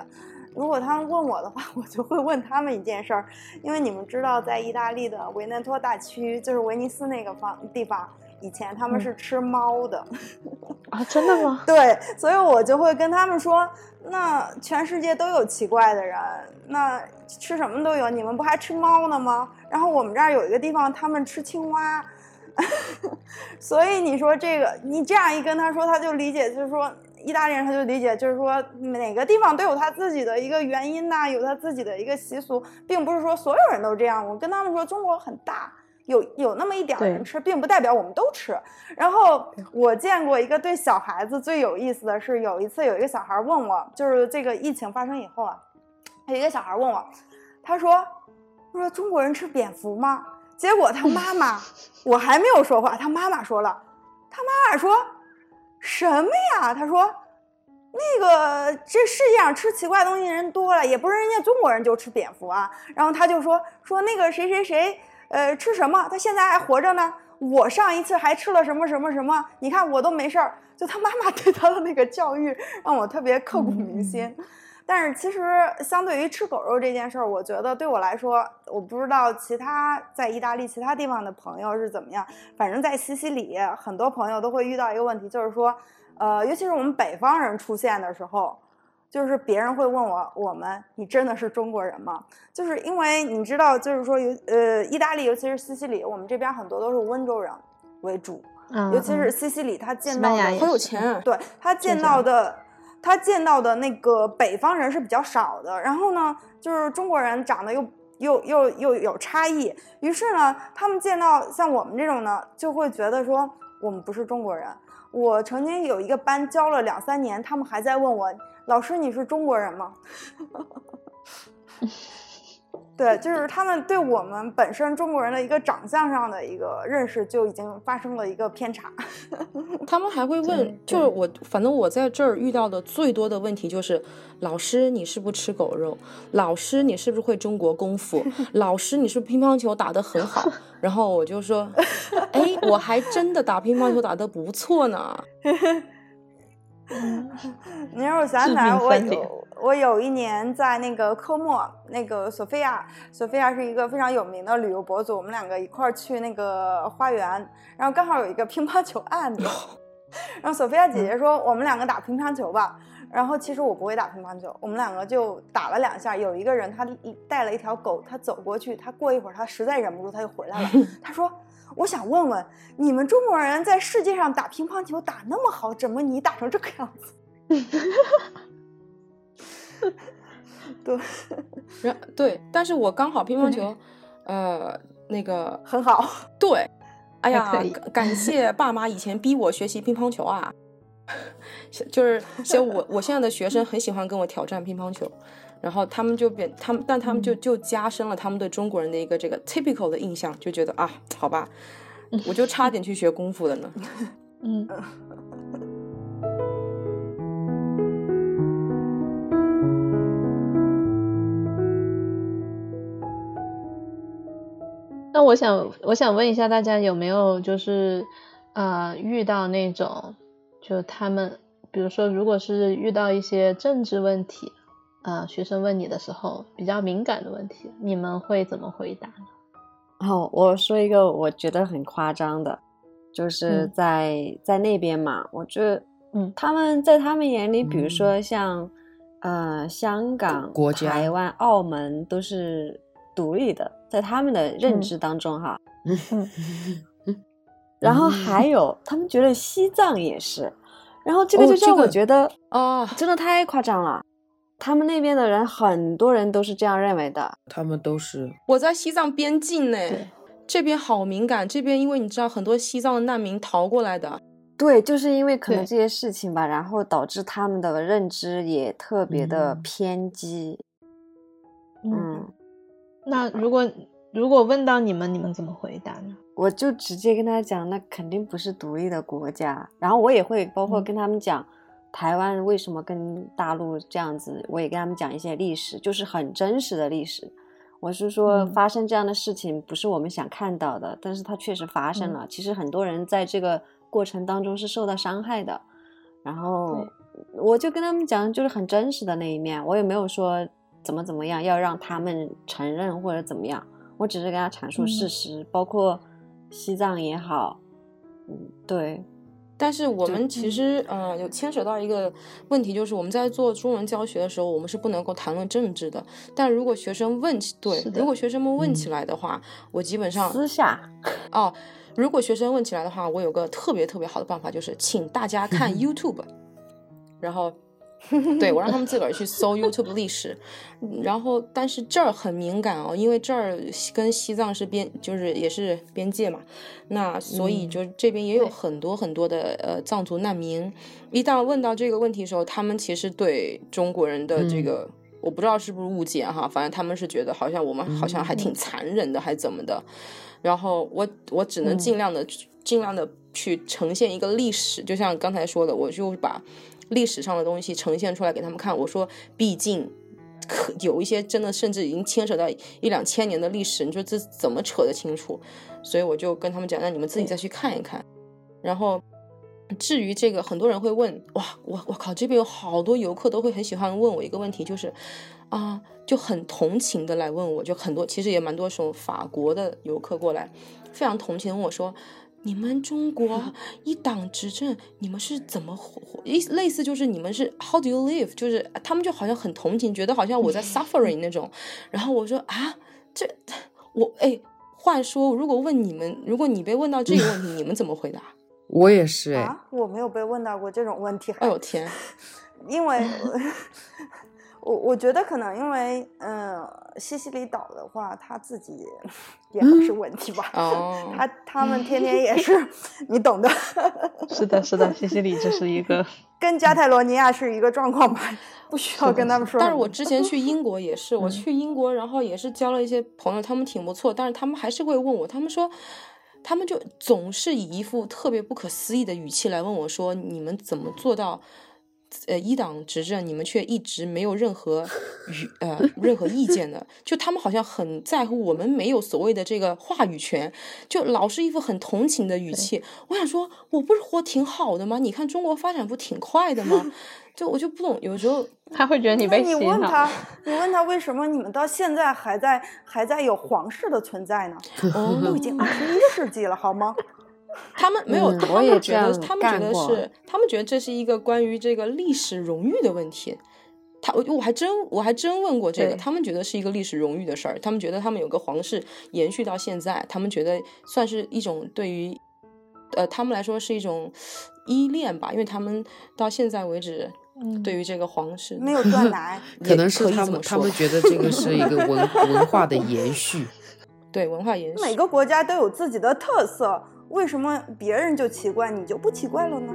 如果他们问我的话，我就会问他们一件事儿，因为你们知道，在意大利的维内托大区，就是威尼斯那个方地方，以前他们是吃猫的。 嗯、啊，真的吗？ 对，所以我就会跟他们说，那全世界都有奇怪的人，那吃什么都有，你们不还吃猫呢吗？然后我们这儿有一个地方，他们吃青蛙。所以你说这个，你这样一跟他说，他就理解，就是说意大利人他就理解，就是说哪个地方都有他自己的一个原因呐、啊，有他自己的一个习俗，并不是说所有人都这样。我跟他们说，中国很大，有有那么一点人吃，并不代表我们都吃。然后我见过一个对小孩子最有意思的是，有一次有一个小孩问我，就是这个疫情发生以后啊，有一个小孩问我，他说他说中国人吃蝙蝠吗？结果他妈妈，我还没有说话，他妈妈说了，他妈妈说什么呀？他说那个这世界上吃奇怪东西的人多了，也不是人家中国人就吃蝙蝠啊。然后他就说说那个谁谁谁呃吃什么，他现在还活着呢，我上一次还吃了什么什么什么，你看我都没事儿。就他妈妈对他的那个教育让我特别刻骨铭心。嗯，但是其实相对于吃狗肉这件事儿，我觉得对我来说，我不知道其他在意大利其他地方的朋友是怎么样，反正在西西里很多朋友都会遇到一个问题，就是说呃，尤其是我们北方人出现的时候，就是别人会问我我们你真的是中国人吗？就是因为你知道，就是说有呃意大利尤其是西西里，我们这边很多都是温州人为主，嗯，尤其是西西里他见到的好有钱， 对，他见到的他见到的那个北方人是比较少的，然后呢就是中国人长得又又又又有差异，于是呢他们见到像我们这种呢就会觉得说我们不是中国人。我曾经有一个班教了两三年，他们还在问我，老师你是中国人吗？对，就是他们对我们本身中国人的一个长相上的一个认识就已经发生了一个偏差。 他们还会问，就是我反正我在这儿遇到的最多的问题就是老师你是不是吃狗肉，老师你是不是会中国功夫，老师你是不是乒乓球打得很好。然后我就说哎，我还真的打乒乓球打得不错呢。 你让我想起来，我有我有一年在那个科莫，那个索菲亚，索菲亚是一个非常有名的旅游博主，我们两个一块儿去那个花园，然后刚好有一个乒乓球案子，然后索菲亚姐姐说、嗯、我们两个打乒乓球吧，然后其实我不会打乒乓球，我们两个就打了两下，有一个人他带了一条狗，他走过去，他过一会儿他实在忍不住他就回来了，他说我想问问你们中国人在世界上打乒乓球打那么好，怎么你打成这个样子？对， 然对，但是我刚好乒乓球，呃，那个很好。 对，哎呀，感谢爸妈以前逼我学习乒乓球啊，就是像我我现在的学生很喜欢跟我挑战乒乓球。然后他们就变，他们但他们就就加深了他们对中国人的一个这个 typical 的印象，就觉得啊，好吧，我就差点去学功夫了呢。 嗯。那我想，我想问一下大家有没有就是呃遇到那种，就他们比如说如果是遇到一些政治问题。呃，学生问你的时候比较敏感的问题，你们会怎么回答呢？ 哦，我说一个我觉得很夸张的，就是在、嗯、在那边嘛，我觉得，嗯，他们在他们眼里，比如说像、嗯、呃香港、台湾、澳门都是独立的，在他们的认知当中哈，嗯，然后还有他们觉得西藏也是，然后这个就让我觉得啊、哦这个，真的太夸张了。他们那边的人很多人都是这样认为的， 他们都是。 我在西藏边境呢，这边好敏感，这边因为你知道很多西藏的难民逃过来的。 对，就是因为可能这些事情吧，然后导致他们的认知也特别的偏激。 嗯，嗯那如果如果问到你们，你们怎么回答呢？ 我就直接跟他讲，那肯定不是独立的国家，然后我也会包括跟他们讲。嗯台湾为什么跟大陆这样子，我也跟他们讲一些历史，就是很真实的历史。我是说发生这样的事情不是我们想看到的、嗯、但是它确实发生了、嗯、其实很多人在这个过程当中是受到伤害的，然后我就跟他们讲就是很真实的那一面，我也没有说怎么怎么样要让他们承认或者怎么样，我只是跟他阐述事实、嗯、包括西藏也好，嗯，对。 但是我们其实呃有牵扯到一个问题，就是我们在做中文教学的时候，我们是不能够谈论政治的。但如果学生问起，对，如果学生们问起来的话，嗯、我基本上私下哦，如果学生问起来的话，我有个特别特别好的办法，就是请大家看 YouTube， 然后。对，我让他们自个儿去搜 YouTube 历史，然后但是这儿很敏感哦，因为这儿跟西藏是边，就是也是边界嘛，那所以就这边也有很多很多的、嗯、呃藏族难民。一旦问到这个问题的时候，他们其实对中国人的这个、嗯、我不知道是不是误解哈，反正他们是觉得好像我们好像还挺残忍的，嗯、还怎么的。然后我我只能尽量的、嗯、尽量的去呈现一个历史，就像刚才说的，我就把历史上的东西呈现出来给他们看。我说毕竟可有一些真的甚至已经牵扯到一两千年的历史，你说这怎么扯得清楚？所以我就跟他们讲，那你们自己再去看一看。然后至于这个很多人会问，哇我我靠，这边有好多游客都会很喜欢问我一个问题，就是啊就很同情的来问我，就很多其实也蛮多种法国的游客过来非常同情我说，你们中国一党执政，你们是怎么活？类似就是你们是 how do you live？ 就是他们就好像很同情，觉得好像我在 suffering 那种。然后我说啊，这我哎，话说如果问你们，如果你被问到这个问题，你们怎么回答？ 我也是哎、 啊，我没有被问到过这种问题。 哎呦天， 因为我我觉得可能因为嗯、呃，西西里岛的话，他自己也很是问题吧。 哦， 他他们天天也是，你懂的。 是的，是的，西西里就是一个跟加泰罗尼亚是一个状况吧，不需要跟他们说。 但是我之前去英国也是，我去英国，然后也是交了一些朋友，他们挺不错，但是他们还是会问我，他们说。他们就总是以一副特别不可思议的语气来问我说，你们怎么做到呃一党执政，你们却一直没有任何语呃任何意见的？就他们好像很在乎我们没有所谓的这个话语权，就老是一副很同情的语气。我想说，我不是活挺好的吗？你看中国发展不挺快的吗？就我就不懂，有时候他会觉得你被洗脑。 你问他，你问他为什么你们到现在还在还在有皇室的存在呢？哦，都已经二十一世纪了，好吗？ 他们没有， 嗯、 他们觉得，他们觉得是， 他们觉得这是一个关于这个历史荣誉的问题。他我我还真我还真问过这个，他们觉得是一个历史荣誉的事儿。他们觉得他们有个皇室延续到现在，他们觉得算是一种对于呃他们来说是一种依恋吧，因为他们到现在为止。嗯、对于这个皇室没有断奶， 可能是他们他们觉得这个是一个文文化的延续， 对文化延续。 每个国家都有自己的特色，为什么别人就奇怪，你就不奇怪了呢？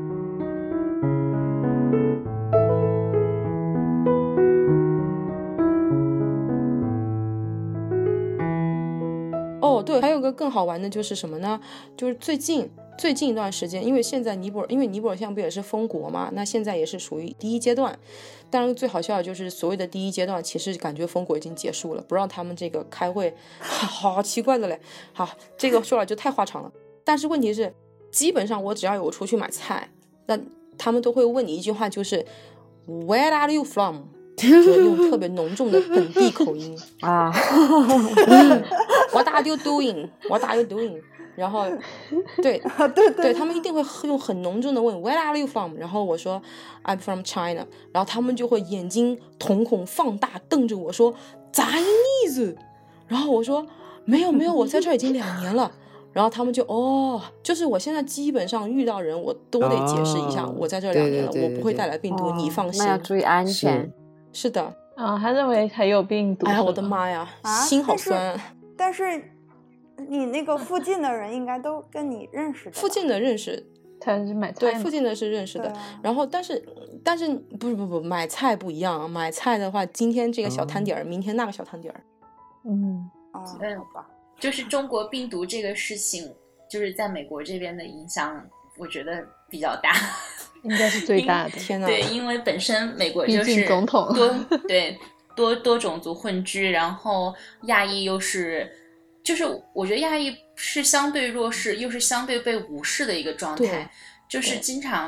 哦，对，还有个更好玩的就是什么呢？就是最近。最近一段时间，因为现在尼泊尔，因为尼泊尔现在不也是封国嘛，那现在也是属于第一阶段。当然，最好笑的就是所谓的第一阶段，其实感觉封国已经结束了，不让他们这个开会，好, 好奇怪的嘞。好，这个说来就太话长了。但是问题是，基本上我只要有出去买菜，那他们都会问你一句话，就是 Where are you from？ 就用特别浓重的本地口音啊 ，What are you doing？What are you doing？然后，对对对，他们一定会用很浓重的问 Where are you from？ 然后我说 I'm from China， 然后他们就会眼睛瞳孔放大瞪着我说 Chinese， 然后我说没有没有，我在这儿已经两年了。然后他们就哦，就是我现在基本上遇到人我都得解释一下，哦、我在这两年了， 对对对对对， 我不会带来病毒，哦、你放心。 那要注意安全。 是, 是的。 啊、哦，他认为还有病毒。 哎呀，我的妈呀， 啊、 心好酸。 但是。但是你那个附近的人应该都跟你认识的， 附近的认识， 他是买菜， 对，附近的是认识的。啊、然后，但是，但是不是不不买菜不一样，买菜的话，今天这个小摊点儿，嗯、明天那个小摊点儿。 嗯， 哦， 吧，就是中国病毒这个事情，就是在美国这边的影响，我觉得比较大， 应该是最大的。 天哪！ 对，因为本身美国就是总统多对多多种族混居，然后亚裔又是。就是我觉得亚裔是相对弱势，又是相对被无视的一个状态，就是经常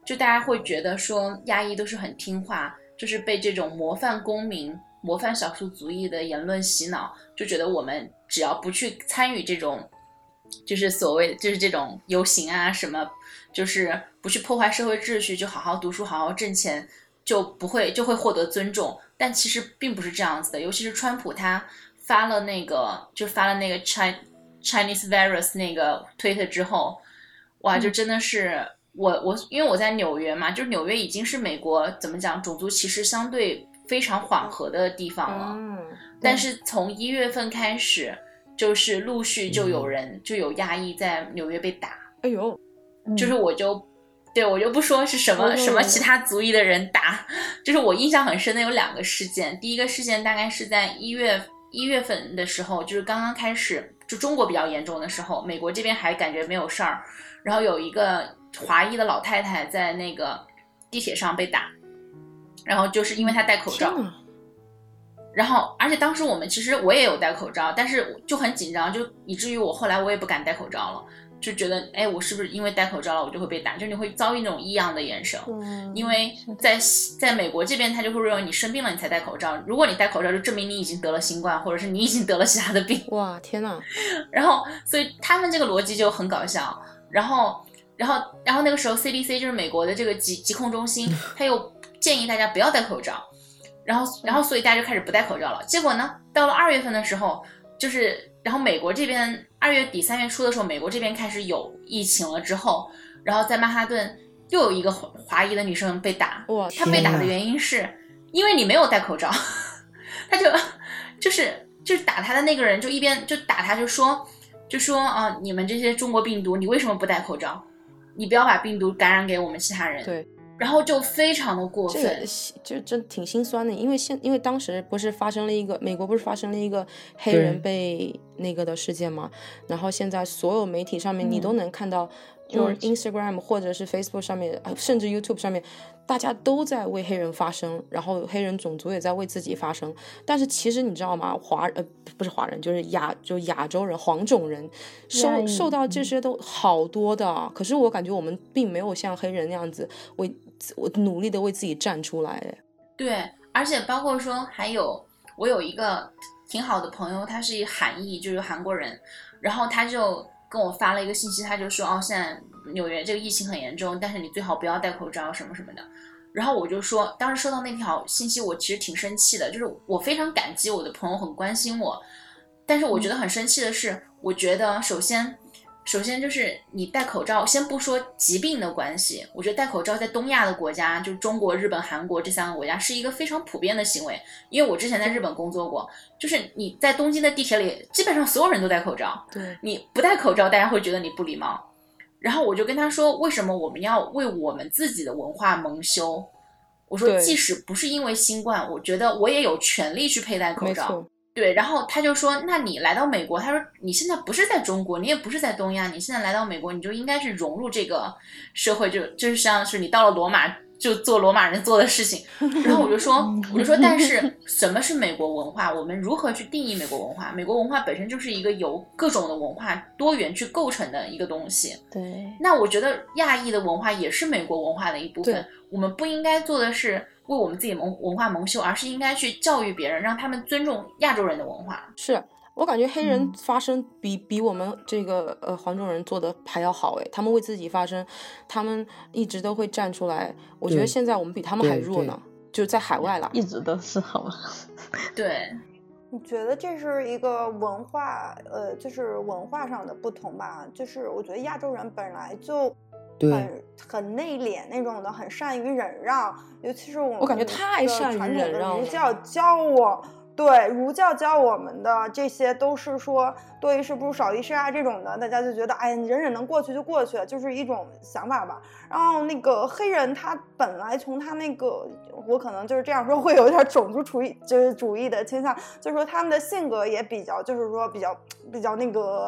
就大家会觉得说亚裔都是很听话，就是被这种模范公民模范少数族裔的言论洗脑，就觉得我们只要不去参与这种就是所谓就是这种游行啊什么，就是不去破坏社会秩序，就好好读书好好挣钱，就不会就会获得尊重。但其实并不是这样子的，尤其是川普他发了那个就发了那个 Chinese virus 那个推特之后，哇，就真的是、嗯、我我因为我在纽约嘛，就是纽约已经是美国怎么讲种族歧视相对非常缓和的地方了、嗯、但是从一月份开始就是陆续就有人、嗯、就有亚裔在纽约被打， 哎呦， 就是我就对我就不说是什么、嗯、什么其他族裔的人打，就是我印象很深的有两个事件。第一个事件大概是在一月一月份的时候，就是刚刚开始就中国比较严重的时候，美国这边还感觉没有事儿，然后有一个华裔的老太太在那个地铁上被打，然后就是因为她戴口罩，然后而且当时我们其实我也有戴口罩，但是就很紧张，就以至于我后来我也不敢戴口罩了，就觉得哎，我是不是因为戴口罩了我就会被打，就你会遭遇那种异样的眼神、嗯、因为在在美国这边他就会认为你生病了你才戴口罩，如果你戴口罩就证明你已经得了新冠，或者是你已经得了其他的病。 哇天哪， 然后所以他们这个逻辑就很搞笑，然后然后然后那个时候 C D C 就是美国的这个疾疾控中心他又建议大家不要戴口罩，然后然后所以大家就开始不戴口罩了。结果呢到了二月份的时候，就是然后美国这边二月底三月初的时候，美国这边开始有疫情了之后，然后在曼哈顿又有一个华裔的女生被打， 哇， 她被打的原因是因为你没有戴口罩，她就就是就是打她的那个人就一边就打她就说就说啊，你们这些中国病毒你为什么不戴口罩，你不要把病毒感染给我们其他人。 对， 然后就非常的过分， 这个就真挺心酸的，因为现因为当时不是发生了一个美国不是发生了一个黑人被那个的事件吗？然后现在所有媒体上面你都能看到，就是 Instagram 或者是 Facebook 上面，甚至 YouTube 上面，大家都在为黑人发声，然后黑人种族也在为自己发声。但是其实你知道吗？华呃不是华人，就是亚就亚洲人黄种人受受到这些都好多的，可是我感觉我们并没有像黑人那样子为我努力的为自己站出来。 对，而且包括说还有我有一个挺好的朋友，他是韩裔，就是韩国人，然后他就跟我发了一个信息，他就说哦，现在纽约这个疫情很严重，但是你最好不要戴口罩什么什么的。然后我就说当时收到那条信息我其实挺生气的，就是我非常感激我的朋友很关心我，但是我觉得很生气的是、嗯、我觉得首先首先就是你戴口罩，先不说疾病的关系，我觉得戴口罩在东亚的国家，就中国日本韩国这三个国家是一个非常普遍的行为。因为我之前在日本工作过，就是你在东京的地铁里基本上所有人都戴口罩， 对， 你不戴口罩大家会觉得你不礼貌。然后我就跟他说为什么我们要为我们自己的文化蒙羞，我说即使不是因为新冠，我觉得我也有权利去佩戴口罩。对，然后他就说那你来到美国，他说你现在不是在中国，你也不是在东亚，你现在来到美国你就应该是融入这个社会，就就是像是你到了罗马就做罗马人做的事情。然后我就说我就说但是什么是美国文化，我们如何去定义美国文化？美国文化本身就是一个由各种的文化多元去构成的一个东西。 对， 那我觉得亚裔的文化也是美国文化的一部分，我们不应该做的是为我们自己文化蒙羞，而是应该去教育别人，让他们尊重亚洲人的文化。 是我感觉黑人发声比、嗯、比我们这个呃黄种人做的还要好诶，他们为自己发声，他们一直都会站出来。我觉得现在我们比他们还弱呢，就是在海外啦， 一直都是好吗？ 对， 你觉得这是一个文化呃，就是文化上的不同吧？就是我觉得亚洲人本来就很很内敛那种的，很善于忍让，尤其是我们我感觉太善于忍让了。 儒教教我。对，儒教教我们的这些都是说多一事不如少一事啊，这种的大家就觉得哎，忍忍能过去就过去了，就是一种想法吧。然后那个黑人他本来从他那个我可能就是这样说会有点种族主义就是主义的倾向，就是说他们的性格也比较就是说比较比较那个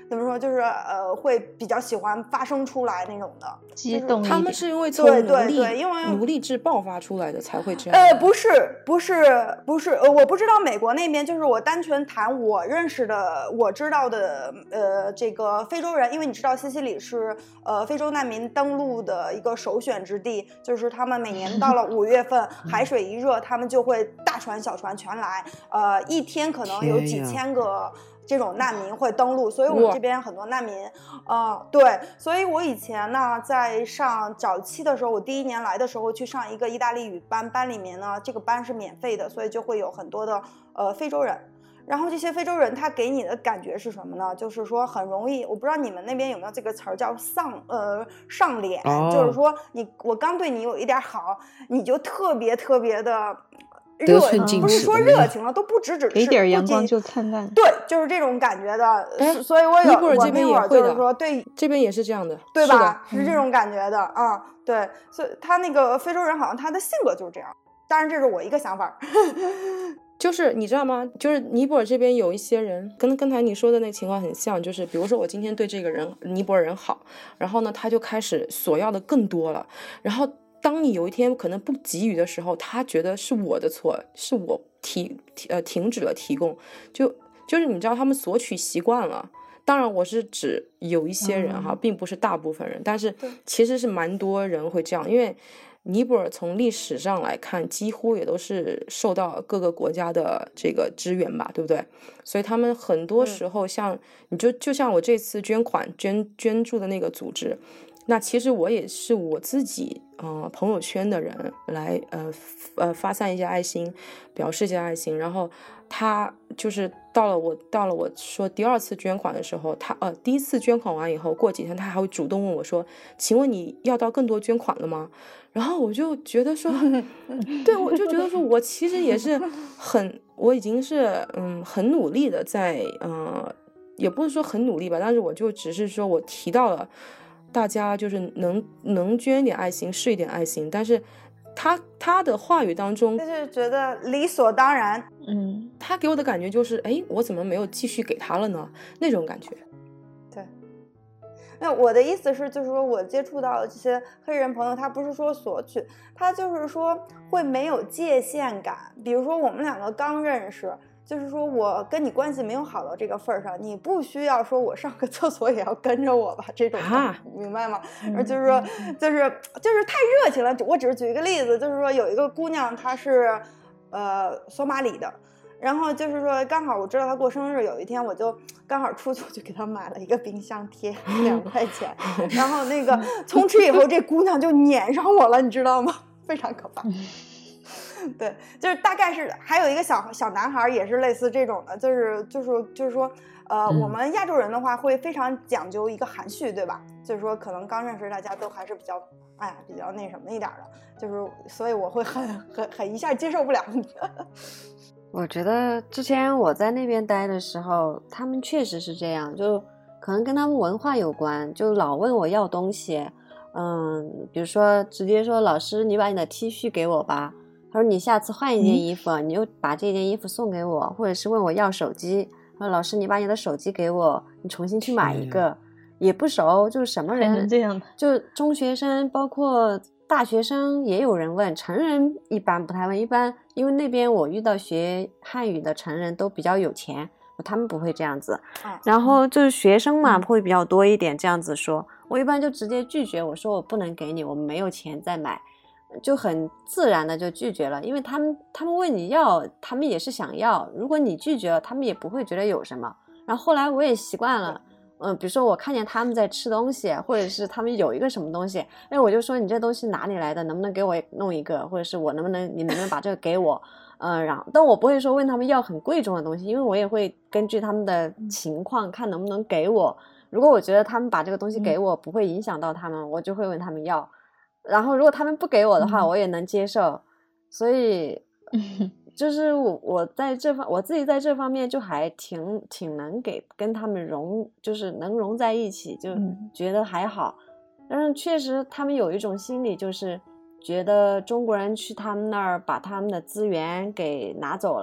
怎么说，就是呃，会比较喜欢发声出来那种的， 激动一点。 他们是因为从对奴隶对对，因为奴隶制爆发出来的才会这样。 呃，不是不是不是，呃，我不知道美国那边，就是我单纯谈我认识的、我知道的，呃，这个非洲人，因为你知道西西里是呃非洲难民登陆的一个首选之地，就是他们每年到了五月份，海水一热，他们就会大船小船全来，呃，一天可能有几千个这种难民会登陆，所以我们这边很多难民，呃，对，所以我以前呢，在上早期的时候，我第一年来的时候去上一个意大利语班，班里面呢，这个班是免费的，所以就会有很多的呃非洲人。然后这些非洲人他给你的感觉是什么呢？就是说很容易，我不知道你们那边有没有这个词儿叫上呃上脸，哦、就是说你我刚对你有一点好，你就特别特别的。热不是说热情了，都不只只是给点阳光就灿烂。 对，就是这种感觉的。所以我有我那会儿就是说，对， 这边也是这样的， 对吧？是, 是这种感觉的啊、嗯。对，所以他那个非洲人好像他的性格就是这样。当然，这是我一个想法。 就是你知道吗？就是尼泊尔这边有一些人，跟刚才你说的那个情况很像，就是比如说我今天对这个人尼泊尔人好，然后呢，他就开始索要的更多了，然后。当你有一天可能不给予的时候，他觉得是我的错，是我提呃停止了提供，就就是你知道他们索取习惯了。当然我是指有一些人哈、嗯，并不是大部分人，但是其实是蛮多人会这样，因为尼泊尔从历史上来看，几乎也都是受到各个国家的这个支援吧，对不对？所以他们很多时候像、嗯、你就就像我这次捐款捐捐助的那个组织。那其实我也是我自己呃朋友圈的人来呃呃发散一些爱心，表示一些爱心，然后他就是到了我到了我说第二次捐款的时候，他呃第一次捐款完以后，过几天他还会主动问我说，请问你要到更多捐款了吗？然后我就觉得说对，我就觉得说我其实也是很我已经是嗯很努力的在呃也不是说很努力吧，但是我就只是说我提到了大家就是能能捐一点爱心是一点爱心，但是他他的话语当中就是觉得理所当然， 嗯，他给我的感觉就是哎，我怎么没有继续给他了呢？那种感觉。 对，那我的意思是，就是说我接触到这些黑人朋友，他不是说索取，他就是说会没有界限感。比如说我们两个刚认识。就是说我跟你关系没有好到这个份儿上，你不需要说我上个厕所也要跟着我吧，这种、啊、明白吗？嗯、就是说，就是就是太热情了。我只是举一个例子，就是说有一个姑娘，她是呃索马里的，然后就是说刚好我知道她过生日，有一天我就刚好出去，我就给她买了一个冰箱贴，两块钱，然后那个从此以后这姑娘就粘上我了，你知道吗？非常可怕。对，就是大概是还有一个小小男孩也是类似这种的，就是就是就是说，呃、嗯，我们亚洲人的话会非常讲究一个含蓄，对吧？就是说可能刚认识大家都还是比较，哎，比较那什么一点的，就是所以我会很很很一下接受不了。 我觉得之前我在那边待的时候，他们确实是这样，就可能跟他们文化有关，就老问我要东西，嗯，比如说直接说老师，你把你的 T 恤给我吧。他说你下次换一件衣服、嗯、你就把这件衣服送给我，或者是问我要手机，他说老师你把你的手机给我，你重新去买一个，也不熟，就是什么人这样的， 就中学生包括大学生也有人问，成人一般不太问，一般因为那边我遇到学汉语的成人都比较有钱，他们不会这样子，然后就是学生嘛、嗯、会比较多一点这样子说，我一般就直接拒绝，我说我不能给你，我没有钱再买，就很自然的就拒绝了，因为他们他们问你要，他们也是想要，如果你拒绝了，他们也不会觉得有什么。然后后来我也习惯了，嗯，比如说我看见他们在吃东西，或者是他们有一个什么东西，哎，我就说你这东西哪里来的，能不能给我弄一个，或者是我能不能你能不能把这个给我，嗯，然后但我不会说问他们要很贵重的东西，因为我也会根据他们的情况看能不能给我。如果我觉得他们把这个东西给我不会影响到他们，我就会问他们要。然后如果他们不给我的话、嗯、我也能接受，所以就是我我在这方我自己在这方面就还挺挺能给跟他们融，就是能融在一起，就觉得还好、嗯、但是确实他们有一种心理，就是觉得中国人去他们那儿把他们的资源给拿走了，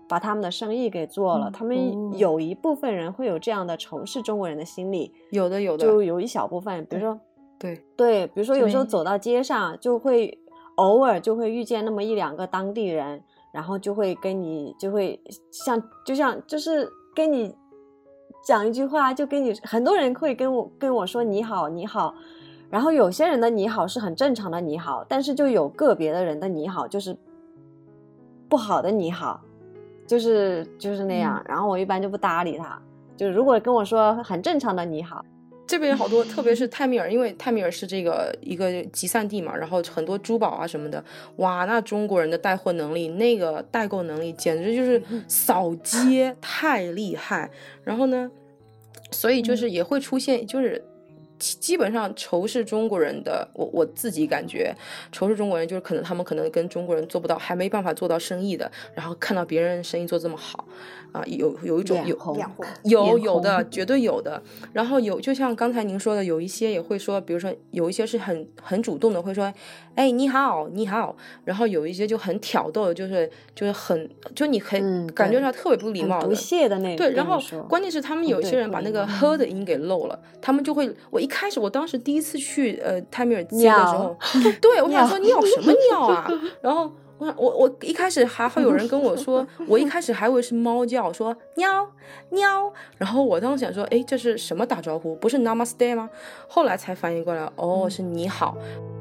把他们的生意给做了。 嗯、 他们有一部分人会有这样的仇视中国人的心理， 有的有的， 就有一小部分，比如说对对，比如说有时候走到街上，就会偶尔就会遇见那么一两个当地人，然后就会跟你就会像就像就是跟你讲一句话，就跟你很多人会跟我跟我说你好你好，然后有些人的你好是很正常的你好，但是就有个别的人的你好就是不好的你好，就是就是那样、嗯、然后我一般就不搭理他，就是如果跟我说很正常的你好。 这边好多，特别是泰米尔，因为泰米尔是这个一个集散地嘛，然后很多珠宝啊什么的，哇，那中国人的带货能力，那个代购能力简直就是扫街太厉害。然后呢，所以就是也会出现，就是基本上仇视中国人的，我我自己感觉仇视中国人就是可能他们可能跟中国人做不到，还没办法做到生意的，然后看到别人生意做这么好啊，有有一种有有有的绝对有的。然后有就像刚才您说的，有一些也会说，比如说有一些是很很主动的会说，哎你好你好，然后有一些就很挑逗的，就是就是很就你很、嗯、感觉上特别不礼貌的不屑的那对，然后关键是他们有些人把那个呵的音给漏了，他们就会我一开始我当时第一次去呃泰米尔街的时候，对我想说尿什么尿啊，然后我我我一开始还会有人跟我说，我一开始还以为是猫叫，说喵喵，然后我当时想说，哎，这是什么打招呼？不是 Namaste 吗？后来才反应过来，哦，是你好。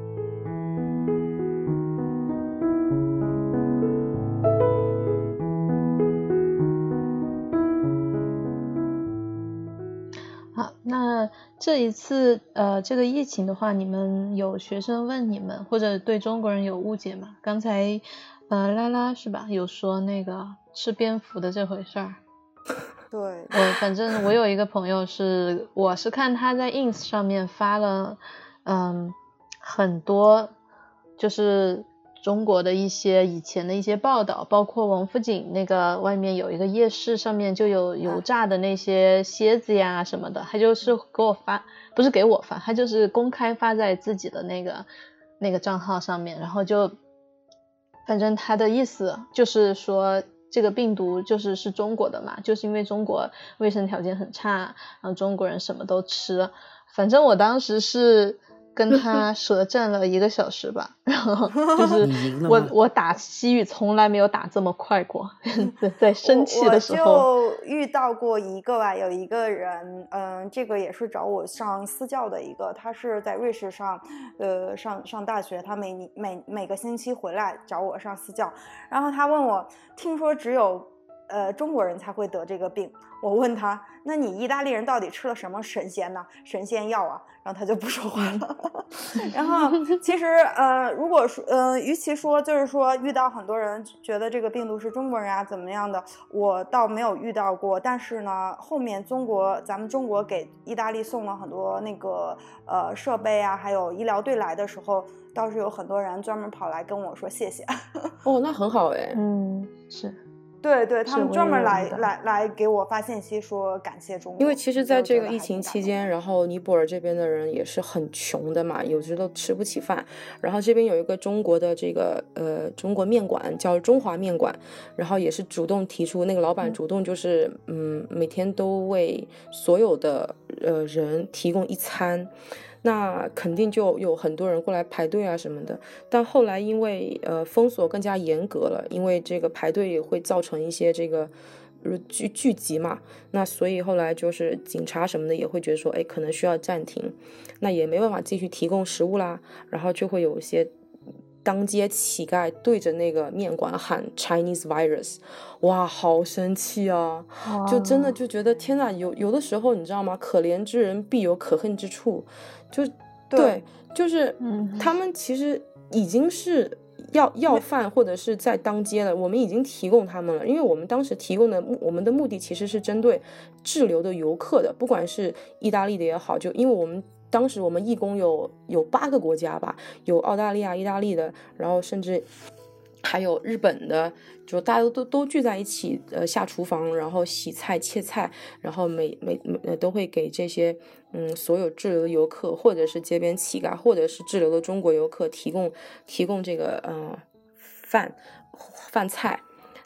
好，那这一次呃这个疫情的话，你们有学生问你们或者对中国人有误解吗？刚才呃拉拉是吧有说那个吃蝙蝠的这回事儿。 对， 我反正我有一个朋友是我是看他在 ins 上面发了嗯很多就是中国的一些以前的一些报道，包括王府井那个外面有一个夜市，上面就有油炸的那些蝎子呀什么的，他就是给我发，不是给我发，他就是公开发在自己的那个那个账号上面，然后就反正他的意思就是说这个病毒就是是中国的嘛，就是因为中国卫生条件很差，然后中国人什么都吃，反正我当时是跟他舌战了一个小时吧，然后就是我我打西语从来没有打这么快过，在生气的时候。 我就遇到过一个吧，有一个人，嗯，这个也是找我上私教的一个，他是在瑞士上，呃，上上大学，他每每每个星期回来找我上私教，然后他问我，听说只有呃中国人才会得这个病，我问他，那你意大利人到底吃了什么神仙呢？神仙药啊？然后他就不说话了。然后其实呃，如果说呃，与其说就是说遇到很多人觉得这个病毒是中国人啊怎么样的，我倒没有遇到过。但是呢，后面中国咱们中国给意大利送了很多那个呃设备啊，还有医疗队来的时候，倒是有很多人专门跑来跟我说谢谢。 哦，那很好哎。 嗯，是。 对对，他们专门来来来给我发信息说感谢中国。 因为其实在这个疫情期间，然后尼泊尔这边的人也是很穷的嘛，有时都吃不起饭。然后这边有一个中国的这个呃中国面馆叫中华面馆，然后也是主动提出，那个老板主动就是嗯每天都为所有的呃人提供一餐。那肯定就有很多人过来排队啊什么的，但后来因为呃封锁更加严格了，因为这个排队也会造成一些这个聚聚集嘛，那所以后来就是警察什么的也会觉得说，哎，可能需要暂停，那也没办法继续提供食物啦，然后就会有一些当街乞丐对着那个面馆喊 Chinese virus， 哇，好生气啊！就真的就觉得天哪，有有的时候你知道吗？可怜之人必有可恨之处，就 对, 对，就是他们其实已经是要要饭或者是在当街了，我们已经提供他们了，因为我们当时提供的我们的目的其实是针对滞留的游客的，不管是意大利的也好，就因为我们。当时我们义工有有八个国家吧，有澳大利亚、意大利的，然后甚至还有日本的，就大家都都聚在一起，呃，下厨房，然后洗菜、切菜，然后每每每都会给这些嗯所有滞留的游客，或者是街边乞丐，或者是滞留的中国游客提供提供这个呃饭饭菜。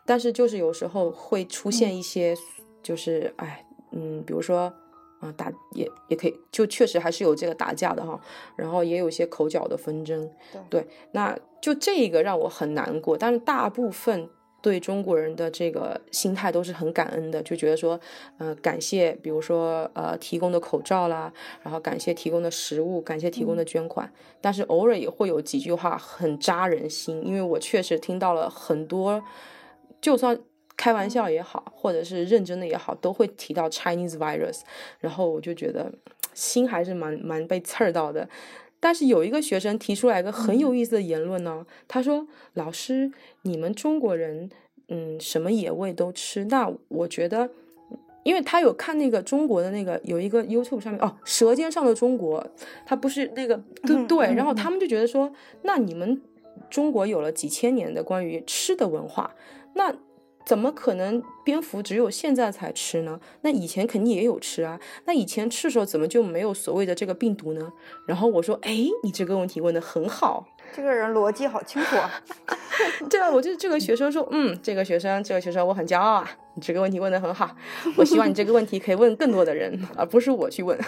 但是就是有时候会出现一些就是哎嗯比如说啊，打也也可以，就确实还是有这个打架的哈，然后也有一些口角的纷争， 对， 对，那就这个让我很难过，但是大部分对中国人的这个心态都是很感恩的，就觉得说，呃，感谢，比如说呃提供的口罩啦，然后感谢提供的食物，感谢提供的捐款，嗯、但是偶尔也会有几句话很扎人心，因为我确实听到了很多，就算开玩笑也好，或者是认真的也好，都会提到 Chinese virus， 然后我就觉得心还是蛮蛮被刺儿到的。但是有一个学生提出来一个很有意思的言论呢，嗯、他说：“老师，你们中国人，嗯，什么野味都吃。那我觉得，因为他有看那个中国的那个有一个 YouTube 上面哦，《舌尖上的中国》，他不是那个对对，然后他们就觉得说，那你们中国有了几千年的关于吃的文化，那。”怎么可能蝙蝠只有现在才吃呢？那以前肯定也有吃啊。那以前吃的时候怎么就没有所谓的这个病毒呢？然后我说，哎，你这个问题问得很好， 这个人逻辑好清楚啊。 对啊，我就这个学生说，嗯，这个学生，这个学生我很骄傲啊，你这个问题问得很好。我希望你这个问题可以问更多的人，而不是我去问。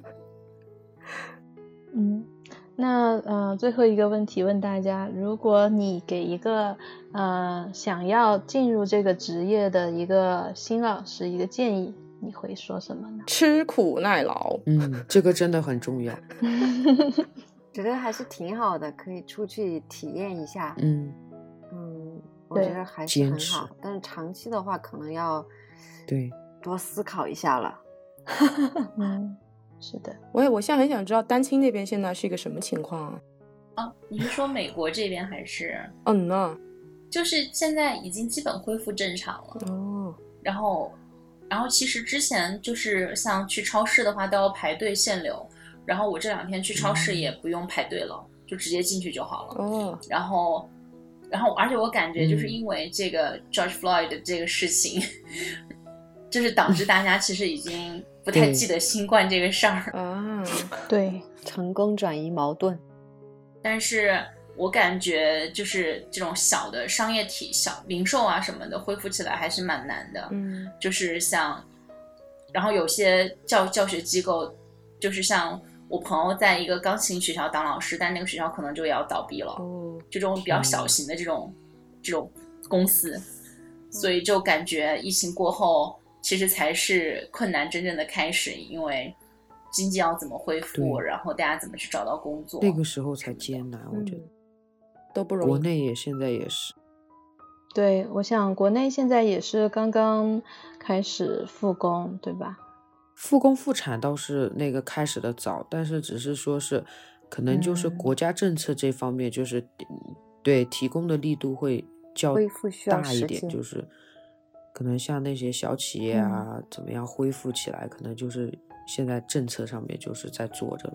嗯。那呃，最后一个问题问大家，如果你给一个呃想要进入这个职业的一个新老师一个建议，你会说什么呢？ 吃苦耐劳。 嗯，这个真的很重要。 觉得还是挺好的，可以出去体验一下。 嗯嗯，我觉得还是很好，但是长期的话，可能要对多思考一下了。 嗯。是的， 我也我现在很想知道丹青那边现在是一个什么情况啊？ 啊，你是说美国这边还是？ 嗯呢， 就是现在已经基本恢复正常了。 哦， 然后，然后其实之前就是像去超市的话都要排队限流，然后我这两天去超市也不用排队了，嗯、就直接进去就好了。 哦， 然后，然后而且我感觉就是因为这个 George Floyd 的这个事情，嗯、就是导致大家其实已经。不太记得新冠这个事儿啊， 对， 成功转移矛盾。 但是我感觉就是这种小的商业体、小零售啊什么的恢复起来还是蛮难的。 嗯， 就是像，然后有些教教学机构，就是像我朋友在一个钢琴学校当老师，但那个学校可能就要倒闭了。 哦， 这种比较小型的这种、嗯、这种公司，所以就感觉疫情过后。其实才是困难真正的开始，因为经济要怎么恢复，然后大家怎么去找到工作， 那个时候才艰难，我觉得、嗯、 都不容易。 国内也现在也是。 对，我想国内现在也是刚刚开始复工，对吧？ 复工复产倒是那个开始的早，但是只是说是可能就是国家政策这方面就是、嗯、对提供的力度会较大一点，就是可能像那些小企业啊、嗯、怎么样恢复起来，可能就是现在政策上面就是在做着了。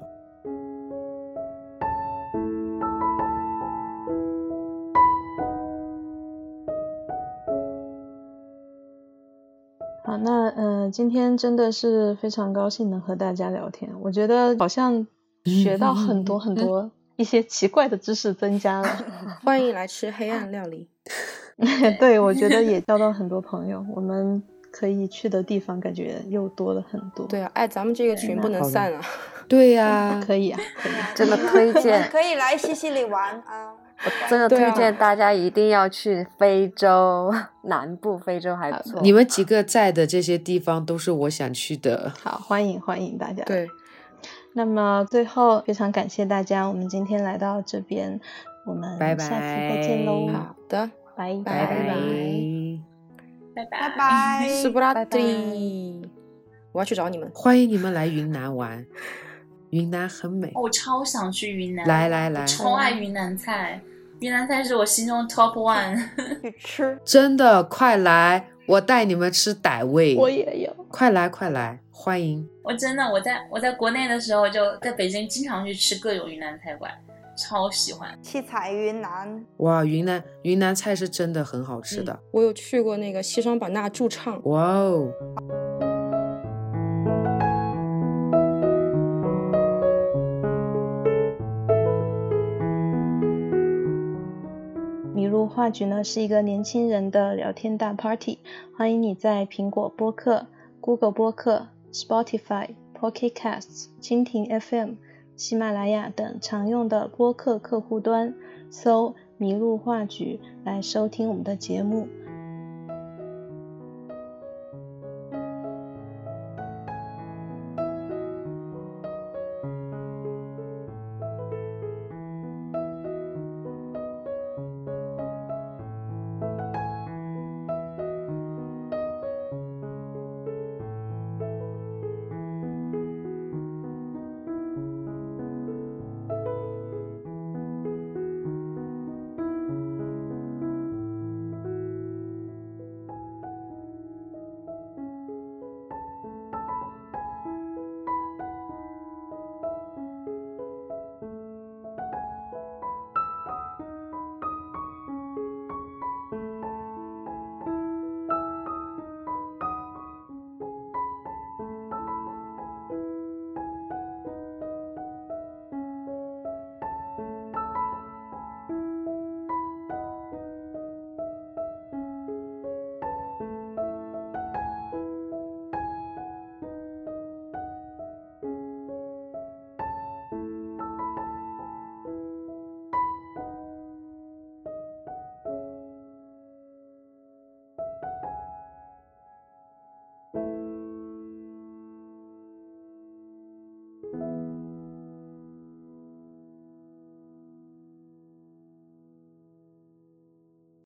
好，那呃，今天真的是非常高兴能和大家聊天，我觉得好像学到很多很多一些奇怪的知识增加了。 欢迎来吃黑暗料理。 对，我觉得也交到很多朋友，我们可以去的地方感觉又多了很多。 对啊，哎，咱们这个群不能散啊。 对呀、 啊，可以啊，可以啊， 真的推荐， 可以来西西里玩啊。 我真的推荐大家一定要去非洲，啊、南部非洲还不错。 你们几个在的这些地方都是我想去的。 好，欢迎欢迎大家。 对， 那么最后非常感谢大家，我们今天来到这边，我们下次再见喽。 好的。 拜拜拜拜拜拜拜， 斯布拉蒂，我要去找你们。 欢迎你们来云南玩，云南很美。 我超想去云南， 来来来， 我超爱云南菜，云南菜是我心中 top one。 去吃， 真的，快来，我带你们吃傣味。 我也有， 快来快来，欢迎。 我真的，我在我在国内的时候就在北京经常去吃各种云南菜馆。超喜欢七彩云南。 哇，云南云南菜是真的很好吃的、嗯、 我有去过那个西双版纳驻唱。 哇哦， 迷路路话局呢是一个年轻人的聊天大 party， 欢迎你在苹果播客、Google 播客、Spotify、Pocket Casts、蜻蜓 F M、喜马拉雅等常用的播客客户端搜迷路话局来收听我们的节目。